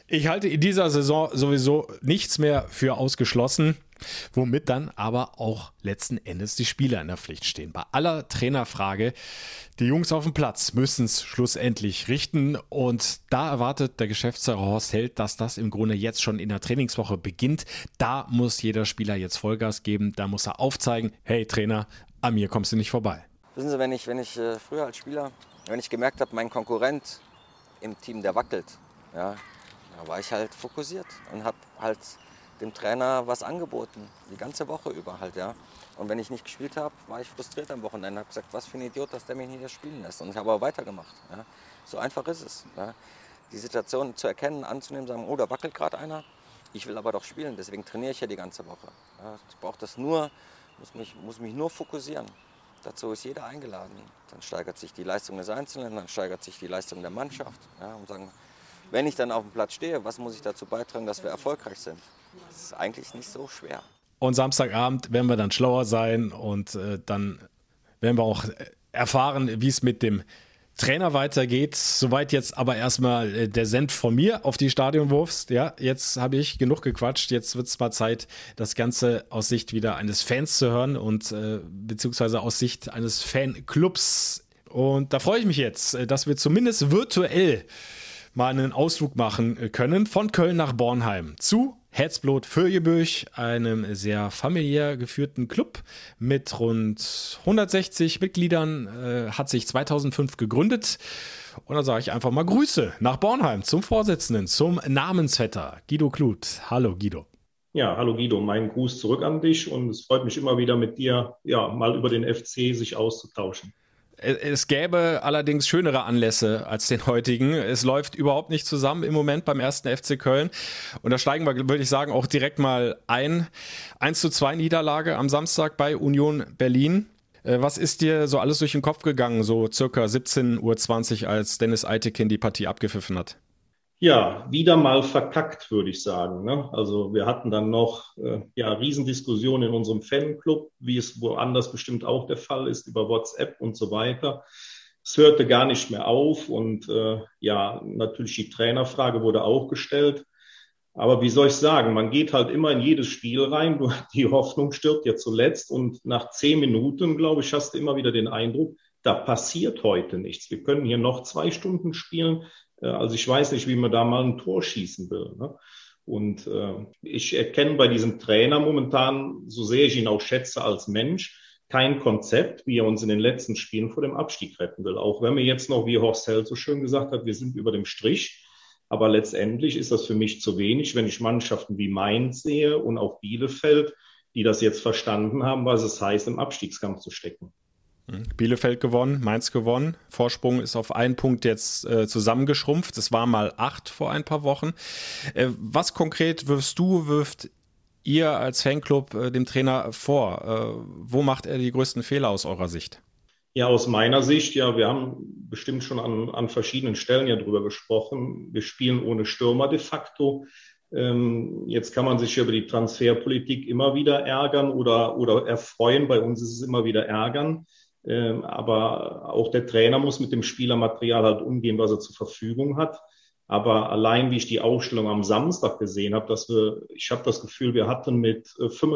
Ich halte in dieser Saison sowieso nichts mehr für ausgeschlossen, womit dann aber auch letzten Endes die Spieler in der Pflicht stehen. Bei aller Trainerfrage, die Jungs auf dem Platz müssen es schlussendlich richten und da erwartet der Geschäftsführer Horst Held, dass das im Grunde jetzt schon in der Trainingswoche beginnt. Da muss jeder Spieler jetzt Vollgas geben, da muss er aufzeigen, hey Trainer, an mir kommst du nicht vorbei. Wissen Sie, wenn ich früher als Spieler, wenn ich gemerkt habe, mein Konkurrent im Team, der wackelt, ja, da war ich halt fokussiert und habe halt dem Trainer was angeboten, die ganze Woche über halt, ja. Und wenn ich nicht gespielt habe, war ich frustriert am Wochenende, habe gesagt, was für ein Idiot, dass der mich nicht spielen lässt. Und ich habe aber weitergemacht, ja. So einfach ist es, ja. Die Situation zu erkennen, anzunehmen, sagen, oh, da wackelt gerade einer, ich will aber doch spielen, deswegen trainiere ich ja die ganze Woche. Ja. Ich brauche das nur, muss mich nur fokussieren. Dazu ist jeder eingeladen. Dann steigert sich die Leistung des Einzelnen, dann steigert sich die Leistung der Mannschaft. Ja, und sagen, wenn ich dann auf dem Platz stehe, was muss ich dazu beitragen, dass wir erfolgreich sind? Das ist eigentlich nicht so schwer. Und Samstagabend werden wir dann schlauer sein und dann werden wir auch erfahren, wie es mit dem Trainer weitergeht. Soweit jetzt aber erstmal der Senf von mir auf die Stadionwurfs. Ja, jetzt habe ich genug gequatscht. Jetzt wird es mal Zeit, das Ganze aus Sicht wieder eines Fans zu hören und beziehungsweise aus Sicht eines Fanclubs. Und da freue ich mich jetzt, dass wir zumindest virtuell mal einen Ausflug machen können von Köln nach Bornheim zu Herzblut Vögebüch, einem sehr familiär geführten Club mit rund 160 Mitgliedern, hat sich 2005 gegründet. Und dann sage ich einfach mal Grüße nach Bornheim zum Vorsitzenden, zum Namensvetter Guido Kluth. Hallo Guido. Ja, hallo Guido, mein Gruß zurück an dich und es freut mich immer wieder mit dir, ja, mal über den FC sich auszutauschen. Es gäbe allerdings schönere Anlässe als den heutigen. Es läuft überhaupt nicht zusammen im Moment beim 1. FC Köln. Und da steigen wir, würde ich sagen, auch direkt mal ein. 1:2 Niederlage am Samstag bei Union Berlin. Was ist dir so alles durch den Kopf gegangen, so circa 17:20 Uhr, als Dennis Eitekin die Partie abgepfiffen hat? Ja, wieder mal verkackt, würde ich sagen, ne? Also wir hatten dann noch Riesendiskussionen in unserem Fanclub, wie es woanders bestimmt auch der Fall ist, über WhatsApp und so weiter. Es hörte gar nicht mehr auf und natürlich die Trainerfrage wurde auch gestellt. Aber wie soll ich sagen, man geht halt immer in jedes Spiel rein, die Hoffnung stirbt ja zuletzt und nach 10 Minuten, glaube ich, hast du immer wieder den Eindruck, da passiert heute nichts. Wir können hier noch 2 Stunden spielen. Also ich weiß nicht, wie man da mal ein Tor schießen will, ne? Und ich erkenne bei diesem Trainer momentan, so sehr ich ihn auch schätze als Mensch, kein Konzept, wie er uns in den letzten Spielen vor dem Abstieg retten will. Auch wenn wir jetzt noch, wie Horst Held so schön gesagt hat, wir sind über dem Strich. Aber letztendlich ist das für mich zu wenig, wenn ich Mannschaften wie Mainz sehe und auch Bielefeld, die das jetzt verstanden haben, was es heißt, im Abstiegskampf zu stecken. Bielefeld gewonnen, Mainz gewonnen. Vorsprung ist auf 1 Punkt jetzt zusammengeschrumpft. Das war mal 8 vor ein paar Wochen. Was konkret wirft ihr als Fanclub dem Trainer vor? Wo macht er die größten Fehler aus eurer Sicht? Ja, aus meiner Sicht, ja, wir haben bestimmt schon an verschiedenen Stellen ja drüber gesprochen. Wir spielen ohne Stürmer de facto. Jetzt kann man sich über die Transferpolitik immer wieder ärgern oder erfreuen. Bei uns ist es immer wieder ärgern. Aber auch der Trainer muss mit dem Spielermaterial halt umgehen, was er zur Verfügung hat. Aber allein, wie ich die Aufstellung am Samstag gesehen habe, ich habe das Gefühl, wir hatten mit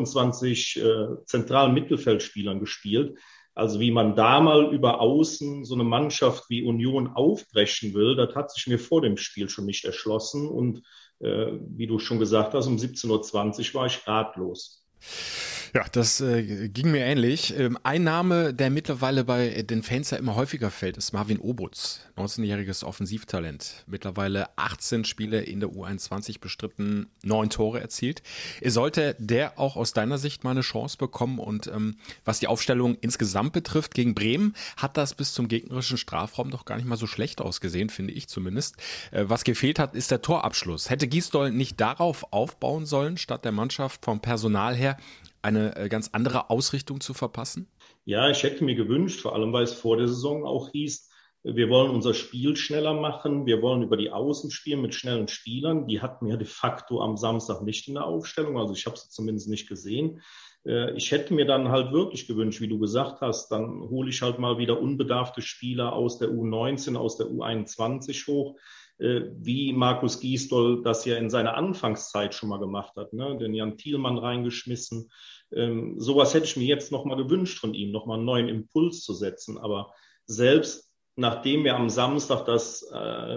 25 zentralen Mittelfeldspielern gespielt. Also wie man da mal über Außen so eine Mannschaft wie Union aufbrechen will, das hat sich mir vor dem Spiel schon nicht erschlossen. Und wie du schon gesagt hast, um 17:20 Uhr war ich ratlos. Ja, das ging mir ähnlich. Ein Name, der mittlerweile bei den Fans ja immer häufiger fällt, ist Marvin Obutz, 19-jähriges Offensivtalent. Mittlerweile 18 Spiele in der U21 bestritten, 9 Tore erzielt. Sollte der auch aus deiner Sicht mal eine Chance bekommen? Und was die Aufstellung insgesamt betrifft, gegen Bremen hat das bis zum gegnerischen Strafraum doch gar nicht mal so schlecht ausgesehen, finde ich zumindest. Was gefehlt hat, ist der Torabschluss. Hätte Gisdol nicht darauf aufbauen sollen, statt der Mannschaft vom Personal her eine ganz andere Ausrichtung zu verpassen? Ja, ich hätte mir gewünscht, vor allem weil es vor der Saison auch hieß, wir wollen unser Spiel schneller machen, wir wollen über die Außen spielen mit schnellen Spielern. Die hatten wir de facto am Samstag nicht in der Aufstellung, also ich habe sie zumindest nicht gesehen. Ich hätte mir dann halt wirklich gewünscht, wie du gesagt hast, dann hole ich halt mal wieder unbedarfte Spieler aus der U19, aus der U21 hoch. wie Markus Gisdol das ja in seiner Anfangszeit schon mal gemacht hat, ne? Den Jan Thielmann reingeschmissen. Sowas hätte ich mir jetzt noch mal gewünscht von ihm, noch mal einen neuen Impuls zu setzen. Aber selbst nachdem wir am Samstag das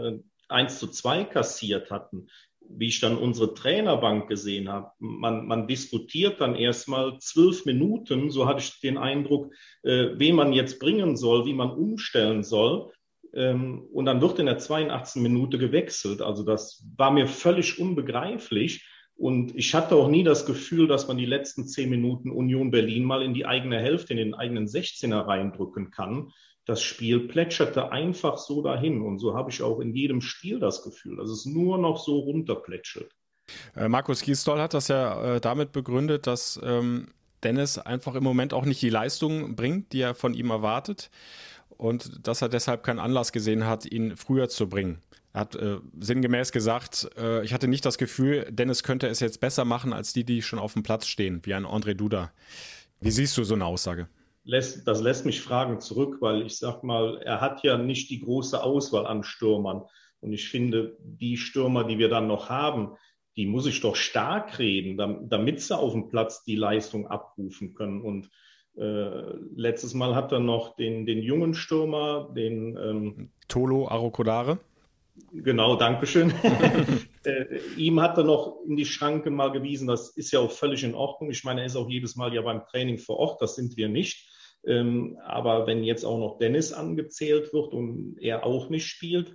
1:2 kassiert hatten, wie ich dann unsere Trainerbank gesehen habe, man diskutiert dann erstmal 12 Minuten, so hatte ich den Eindruck, wen man jetzt bringen soll, wie man umstellen soll. Und dann wird in der 82. Minute gewechselt. Also das war mir völlig unbegreiflich. Und ich hatte auch nie das Gefühl, dass man die letzten 10 Minuten Union Berlin mal in die eigene Hälfte, in den eigenen 16er reindrücken kann. Das Spiel plätscherte einfach so dahin. Und so habe ich auch in jedem Spiel das Gefühl, dass es nur noch so runterplätschert. Markus Gisdol hat das ja damit begründet, dass Dennis einfach im Moment auch nicht die Leistung bringt, die er von ihm erwartet. Und dass er deshalb keinen Anlass gesehen hat, ihn früher zu bringen. Er hat sinngemäß gesagt, ich hatte nicht das Gefühl, Dennis könnte es jetzt besser machen, als die schon auf dem Platz stehen, wie ein André Duda. Wie siehst du so eine Aussage? Das lässt mich Fragen zurück, weil ich sag mal, er hat ja nicht die große Auswahl an Stürmern. Und ich finde, die Stürmer, die wir dann noch haben, die muss ich doch stark reden, damit sie auf dem Platz die Leistung abrufen können. Und letztes Mal hat er noch den jungen Stürmer, den Tolo Arokodare. Genau, Dankeschön. Ihm hat er noch in die Schranke mal gewiesen, das ist ja auch völlig in Ordnung. Ich meine, er ist auch jedes Mal ja beim Training vor Ort, das sind wir nicht. Aber wenn jetzt auch noch Dennis angezählt wird und er auch nicht spielt,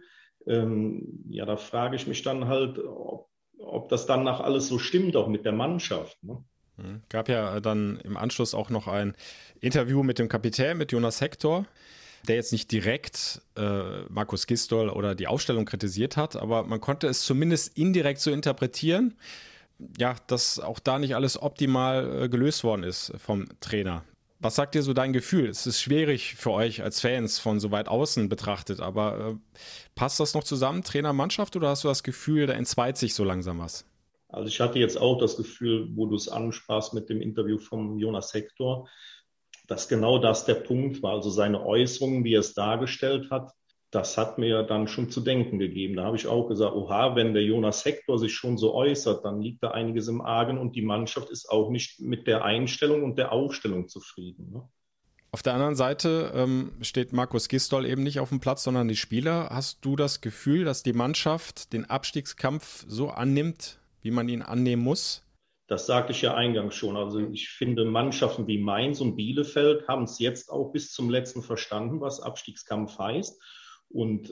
ja, da frage ich mich dann halt, ob das dann nach alles so stimmt, auch mit der Mannschaft, ne? Gab ja dann im Anschluss auch noch ein Interview mit dem Kapitän, mit Jonas Hector, der jetzt nicht direkt Markus Gisdol oder die Aufstellung kritisiert hat, aber man konnte es zumindest indirekt so interpretieren, ja, dass auch da nicht alles optimal gelöst worden ist vom Trainer. Was sagt dir so dein Gefühl? Es ist schwierig für euch als Fans von so weit außen betrachtet, aber passt das noch zusammen, Trainer, Mannschaft, oder hast du das Gefühl, da entzweit sich so langsam was? Also ich hatte jetzt auch das Gefühl, wo du es ansprachst mit dem Interview von Jonas Hector, dass genau das der Punkt war. Also seine Äußerungen, wie er es dargestellt hat, das hat mir dann schon zu denken gegeben. Da habe ich auch gesagt, oha, wenn der Jonas Hector sich schon so äußert, dann liegt da einiges im Argen und die Mannschaft ist auch nicht mit der Einstellung und der Aufstellung zufrieden, ne? Auf der anderen Seite steht Markus Gisdol eben nicht auf dem Platz, sondern die Spieler. Hast du das Gefühl, dass die Mannschaft den Abstiegskampf so annimmt, wie man ihn annehmen muss? Das sagte ich ja eingangs schon. Also ich finde, Mannschaften wie Mainz und Bielefeld haben es jetzt auch bis zum letzten verstanden, was Abstiegskampf heißt. Und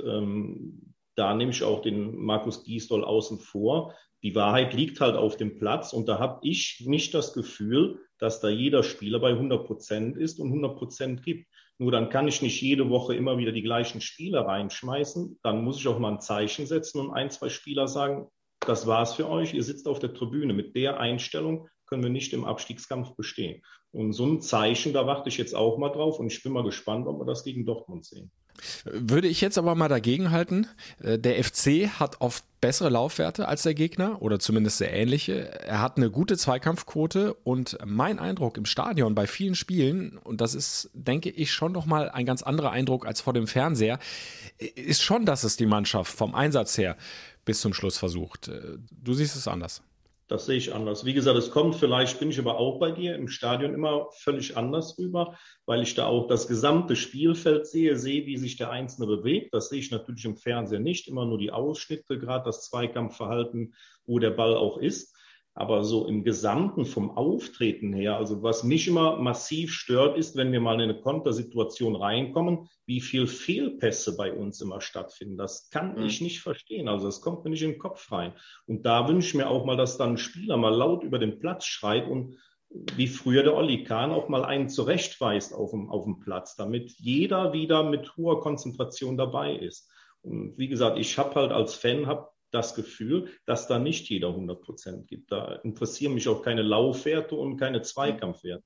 da nehme ich auch den Markus Gisdol außen vor. Die Wahrheit liegt halt auf dem Platz. Und da habe ich nicht das Gefühl, dass da jeder Spieler bei 100% ist und 100% gibt. Nur dann kann ich nicht jede Woche immer wieder die gleichen Spieler reinschmeißen. Dann muss ich auch mal ein Zeichen setzen und 1, 2 Spieler sagen, das war's für euch, ihr sitzt auf der Tribüne. Mit der Einstellung können wir nicht im Abstiegskampf bestehen. Und so ein Zeichen, da warte ich jetzt auch mal drauf und ich bin mal gespannt, ob wir das gegen Dortmund sehen. Würde ich jetzt aber mal dagegen halten. Der FC hat oft bessere Laufwerte als der Gegner oder zumindest sehr ähnliche. Er hat eine gute Zweikampfquote und mein Eindruck im Stadion bei vielen Spielen, und das ist, denke ich, schon nochmal ein ganz anderer Eindruck als vor dem Fernseher, ist schon, dass es die Mannschaft vom Einsatz her bis zum Schluss versucht. Du siehst es anders. Das sehe ich anders. Wie gesagt, es kommt vielleicht, bin ich aber auch bei dir, im Stadion immer völlig anders rüber, weil ich da auch das gesamte Spielfeld sehe, wie sich der Einzelne bewegt. Das sehe ich natürlich im Fernseher nicht, immer nur die Ausschnitte, gerade das Zweikampfverhalten, wo der Ball auch ist. Aber so im Gesamten vom Auftreten her, also was mich immer massiv stört, ist, wenn wir mal in eine Kontersituation reinkommen, wie viel Fehlpässe bei uns immer stattfinden. Das kann ich nicht verstehen. Also das kommt mir nicht in den Kopf rein. Und da wünsche ich mir auch mal, dass dann ein Spieler mal laut über den Platz schreit und wie früher der Olli Kahn auch mal einen zurechtweist auf dem Platz, damit jeder wieder mit hoher Konzentration dabei ist. Und wie gesagt, ich habe halt als Fan das Gefühl, dass da nicht jeder 100% gibt. Da interessieren mich auch keine Laufwerte und keine Zweikampfwerte.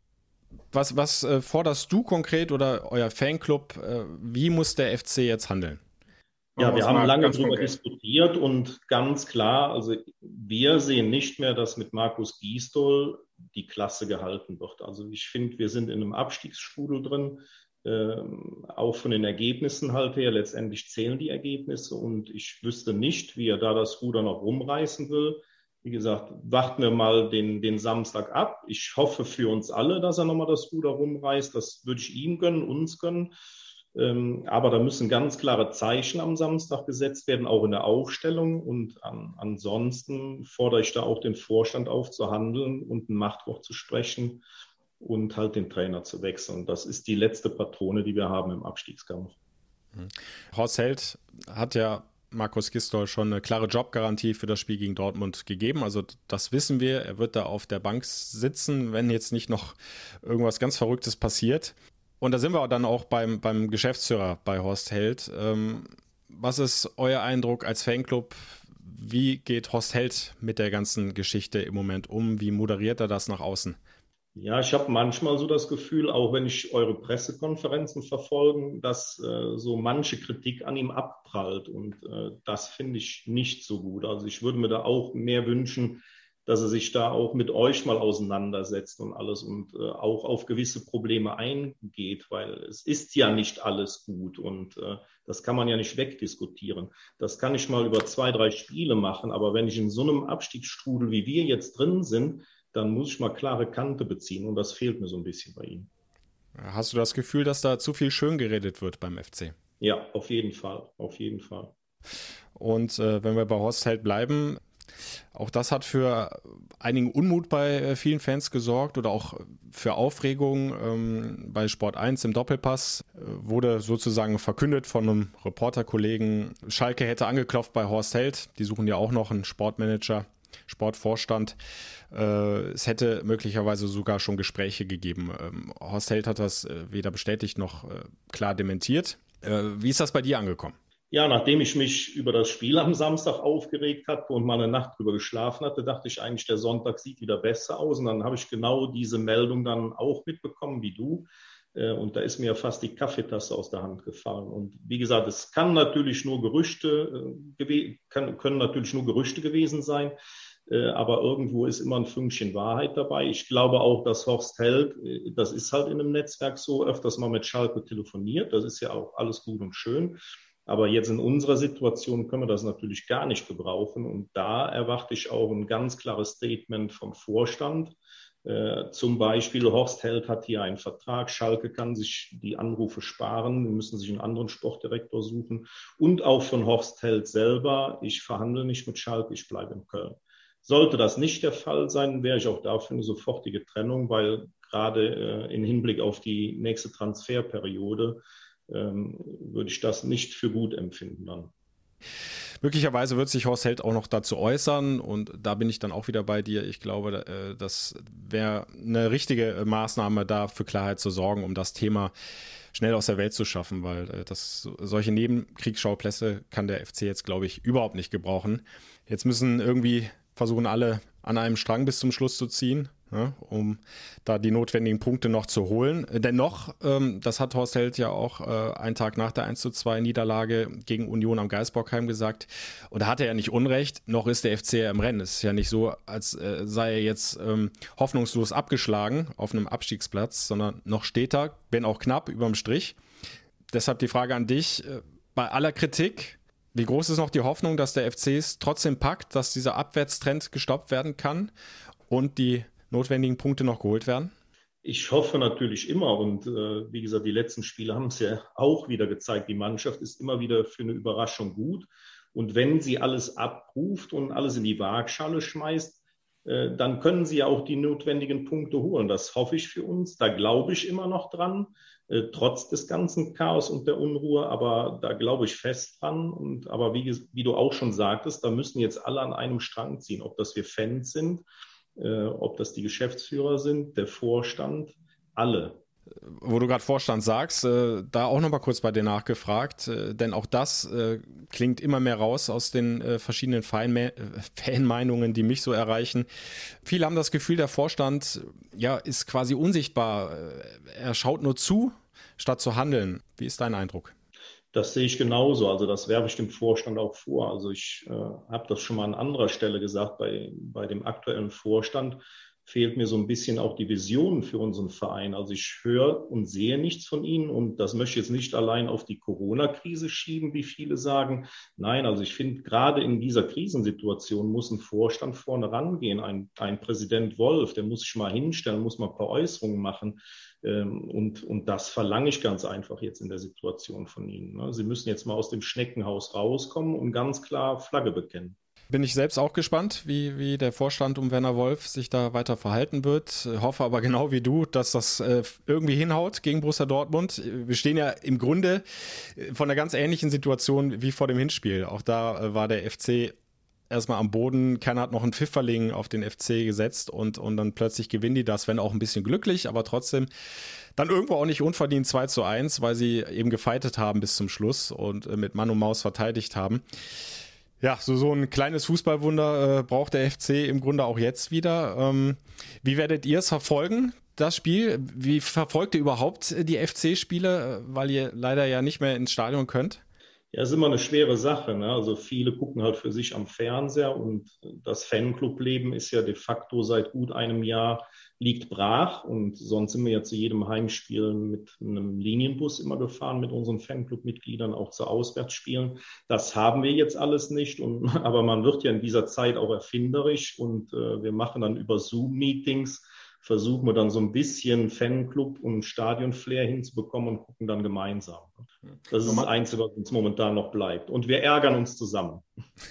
Was forderst du konkret oder euer Fanclub? Wie muss der FC jetzt handeln? Ja, wir haben lange darüber diskutiert und ganz klar, also wir sehen nicht mehr, dass mit Markus Gisdol die Klasse gehalten wird. Also ich finde, wir sind in einem Abstiegsstrudel drin. Auch von den Ergebnissen halt her. Letztendlich zählen die Ergebnisse und ich wüsste nicht, wie er da das Ruder noch rumreißen will. Wie gesagt, warten wir mal den Samstag ab. Ich hoffe für uns alle, dass er nochmal das Ruder rumreißt. Das würde ich ihm gönnen, uns gönnen. Aber da müssen ganz klare Zeichen am Samstag gesetzt werden, auch in der Aufstellung. Und ansonsten fordere ich da auch den Vorstand auf, zu handeln und ein Machtwort zu sprechen und halt den Trainer zu wechseln. Das ist die letzte Patrone, die wir haben im Abstiegskampf. Horst Held hat ja Markus Gisdol schon eine klare Jobgarantie für das Spiel gegen Dortmund gegeben. Also das wissen wir. Er wird da auf der Bank sitzen, wenn jetzt nicht noch irgendwas ganz Verrücktes passiert. Und da sind wir dann auch beim Geschäftsführer bei Horst Held. Was ist euer Eindruck als Fanclub? Wie geht Horst Held mit der ganzen Geschichte im Moment um? Wie moderiert er das nach außen? Ja, ich habe manchmal so das Gefühl, auch wenn ich eure Pressekonferenzen verfolge, dass so manche Kritik an ihm abprallt. Und das finde ich nicht so gut. Also ich würde mir da auch mehr wünschen, dass er sich da auch mit euch mal auseinandersetzt und alles und auch auf gewisse Probleme eingeht, weil es ist ja nicht alles gut und das kann man ja nicht wegdiskutieren. Das kann ich mal über 2, 3 Spiele machen, aber wenn ich in so einem Abstiegsstrudel, wie wir jetzt drin sind, dann muss ich mal klare Kante beziehen und das fehlt mir so ein bisschen bei ihm. Hast du das Gefühl, dass da zu viel schön geredet wird beim FC? Ja, auf jeden Fall, auf jeden Fall. Und wenn wir bei Horst Held bleiben, auch das hat für einigen Unmut bei vielen Fans gesorgt oder auch für Aufregung. Bei Sport 1 im Doppelpass wurde sozusagen verkündet von einem Reporterkollegen, Schalke hätte angeklopft bei Horst Held. Die suchen ja auch noch einen Sportmanager, Sportvorstand. Es hätte möglicherweise sogar schon Gespräche gegeben. Horst Held hat das weder bestätigt noch klar dementiert. Wie ist das bei dir angekommen? Ja, nachdem ich mich über das Spiel am Samstag aufgeregt hatte und mal eine Nacht drüber geschlafen hatte, dachte ich eigentlich, der Sonntag sieht wieder besser aus. Und dann habe ich genau diese Meldung dann auch mitbekommen wie du. Und da ist mir fast die Kaffeetasse aus der Hand gefallen. Und wie gesagt, es kann natürlich nur können natürlich nur Gerüchte gewesen sein. Aber irgendwo ist immer ein Fünkchen Wahrheit dabei. Ich glaube auch, dass Horst Held, das ist halt in einem Netzwerk so, öfters mal mit Schalke telefoniert. Das ist ja auch alles gut und schön. Aber jetzt in unserer Situation können wir das natürlich gar nicht gebrauchen. Und da erwarte ich auch ein ganz klares Statement vom Vorstand. Zum Beispiel, Horst Held hat hier einen Vertrag. Schalke kann sich die Anrufe sparen. Wir müssen sich einen anderen Sportdirektor suchen. Und auch von Horst Held selber. Ich verhandle nicht mit Schalke, ich bleibe in Köln. Sollte das nicht der Fall sein, wäre ich auch dafür eine sofortige Trennung, weil gerade im Hinblick auf die nächste Transferperiode würde ich das nicht für gut empfinden dann. Möglicherweise wird sich Horst Held auch noch dazu äußern und da bin ich dann auch wieder bei dir. Ich glaube, das wäre eine richtige Maßnahme, da für Klarheit zu sorgen, um das Thema schnell aus der Welt zu schaffen, weil solche Nebenkriegsschauplätze kann der FC jetzt, glaube ich, überhaupt nicht gebrauchen. Jetzt müssen irgendwie versuchen alle an einem Strang bis zum Schluss zu ziehen, ja, um da die notwendigen Punkte noch zu holen. Dennoch, das hat Horst Held ja auch einen Tag nach der 1:2 Niederlage gegen Union am Geisbockheim gesagt. Und da hat er ja nicht Unrecht, noch ist der FC ja im Rennen. Es ist ja nicht so, als sei er jetzt hoffnungslos abgeschlagen auf einem Abstiegsplatz, sondern noch steht er, wenn auch knapp, überm Strich. Deshalb die Frage an dich, bei aller Kritik, wie groß ist noch die Hoffnung, dass der FC es trotzdem packt, dass dieser Abwärtstrend gestoppt werden kann und die notwendigen Punkte noch geholt werden? Ich hoffe natürlich immer und wie gesagt, die letzten Spiele haben es ja auch wieder gezeigt. Die Mannschaft ist immer wieder für eine Überraschung gut und wenn sie alles abruft und alles in die Waagschale schmeißt, dann können sie ja auch die notwendigen Punkte holen. Das hoffe ich für uns, da glaube ich immer noch dran, trotz des ganzen Chaos und der Unruhe, aber da glaube ich fest dran. Aber wie du auch schon sagtest, da müssen jetzt alle an einem Strang ziehen, ob das wir Fans sind, ob das die Geschäftsführer sind, der Vorstand, alle. Wo du gerade Vorstand sagst, da auch nochmal kurz bei dir nachgefragt, denn auch das klingt immer mehr raus aus den verschiedenen Fanmeinungen, die mich so erreichen. Viele haben das Gefühl, der Vorstand ist quasi unsichtbar. Er schaut nur zu, statt zu handeln. Wie ist dein Eindruck? Das sehe ich genauso. Also das werfe ich dem Vorstand auch vor. Also ich habe das schon mal an anderer Stelle gesagt, bei dem aktuellen Vorstand fehlt mir so ein bisschen auch die Vision für unseren Verein. Also ich höre und sehe nichts von ihnen und das möchte ich jetzt nicht allein auf die Corona-Krise schieben, wie viele sagen. Nein, also ich finde, gerade in dieser Krisensituation muss ein Vorstand vorne rangehen. Ein Präsident Wolf, der muss sich mal hinstellen, muss mal ein paar Äußerungen machen. Und das verlange ich ganz einfach jetzt in der Situation von ihnen. Sie müssen jetzt mal aus dem Schneckenhaus rauskommen und ganz klar Flagge bekennen. Bin ich selbst auch gespannt, wie der Vorstand um Werner Wolf sich da weiter verhalten wird. Hoffe aber genau wie du, dass das irgendwie hinhaut gegen Borussia Dortmund. Wir stehen ja im Grunde vor einer ganz ähnlichen Situation wie vor dem Hinspiel. Auch da war der FC erstmal am Boden. Keiner hat noch einen Pfifferling auf den FC gesetzt und dann plötzlich gewinnen die das, wenn auch ein bisschen glücklich, aber trotzdem dann irgendwo auch nicht unverdient 2-1, weil sie eben gefeitet haben bis zum Schluss und mit Mann und Maus verteidigt haben. Ja, so ein kleines Fußballwunder braucht der FC im Grunde auch jetzt wieder. Wie werdet ihr es verfolgen, das Spiel? Wie verfolgt ihr überhaupt die FC-Spiele, weil ihr leider ja nicht mehr ins Stadion könnt? Ja, ist immer eine schwere Sache, ne? Also viele gucken halt für sich am Fernseher und das Fanclub-Leben ist ja de facto seit gut einem Jahr liegt brach und sonst sind wir ja zu jedem Heimspiel mit einem Linienbus immer gefahren mit unseren Fanclub-Mitgliedern, auch zu Auswärtsspielen. Das haben wir jetzt alles nicht, aber man wird ja in dieser Zeit auch erfinderisch und wir machen dann über Zoom-Meetings, versuchen wir dann so ein bisschen Fanclub und Stadion-Flair hinzubekommen und gucken dann gemeinsam. Das ist das Einzige, was uns momentan noch bleibt. Und wir ärgern uns zusammen.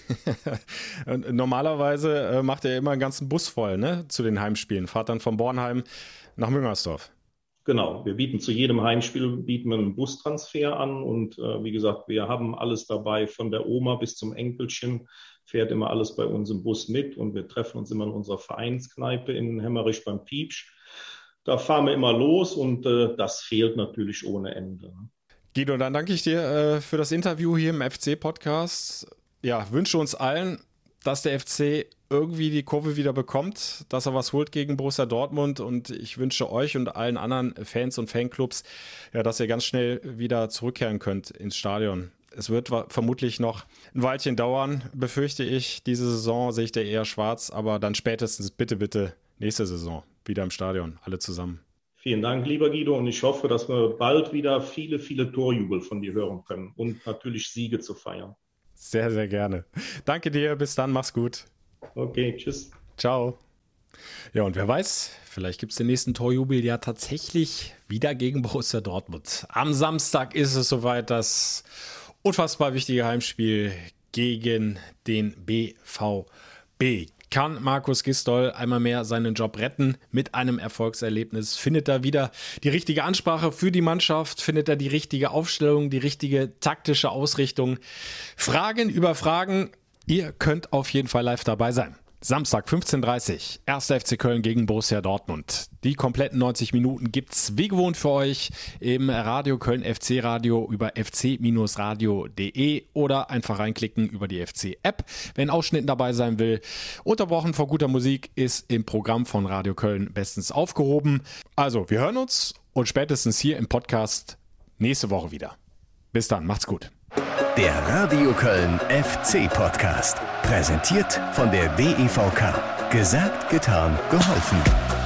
Normalerweise macht ihr immer einen ganzen Bus voll, ne, zu den Heimspielen. Fahrt dann von Bornheim nach Müngersdorf. Genau, wir bieten zu jedem Heimspiel einen Bustransfer an und wie gesagt, wir haben alles dabei, von der Oma bis zum Enkelchen, fährt immer alles bei uns im Bus mit und wir treffen uns immer in unserer Vereinskneipe in Hemmerich beim Piepsch. Da fahren wir immer los und das fehlt natürlich ohne Ende. Guido, dann danke ich dir für das Interview hier im FC-Podcast. Ja, wünsche uns allen, dass der FC irgendwie die Kurve wieder bekommt, dass er was holt gegen Borussia Dortmund und ich wünsche euch und allen anderen Fans und Fanclubs, ja, dass ihr ganz schnell wieder zurückkehren könnt ins Stadion. Es wird vermutlich noch ein Weilchen dauern, befürchte ich. Diese Saison sehe ich da eher schwarz, aber dann spätestens bitte nächste Saison wieder im Stadion, alle zusammen. Vielen Dank, lieber Guido, und ich hoffe, dass wir bald wieder viele Torjubel von dir hören können und natürlich Siege zu feiern. Sehr, sehr gerne. Danke dir, bis dann, mach's gut. Okay, tschüss. Ciao. Ja, und wer weiß, vielleicht gibt es den nächsten Torjubel ja tatsächlich wieder gegen Borussia Dortmund. Am Samstag ist es soweit, das unfassbar wichtige Heimspiel gegen den BVB. Kann Markus Gisdol einmal mehr seinen Job retten mit einem Erfolgserlebnis? Findet er wieder die richtige Ansprache für die Mannschaft? Findet er die richtige Aufstellung, die richtige taktische Ausrichtung? Fragen über Fragen. Ihr könnt auf jeden Fall live dabei sein. Samstag 15:30 Uhr, 1. FC Köln gegen Borussia Dortmund. Die kompletten 90 Minuten gibt's wie gewohnt für euch im Radio Köln FC Radio über fc-radio.de oder einfach reinklicken über die FC-App, wenn Ausschnitten dabei sein will. Unterbrochen vor guter Musik ist im Programm von Radio Köln bestens aufgehoben. Also, wir hören uns und spätestens hier im Podcast nächste Woche wieder. Bis dann, macht's gut. Der Radio Köln FC Podcast. Präsentiert von der DEVK. Gesagt, getan, geholfen.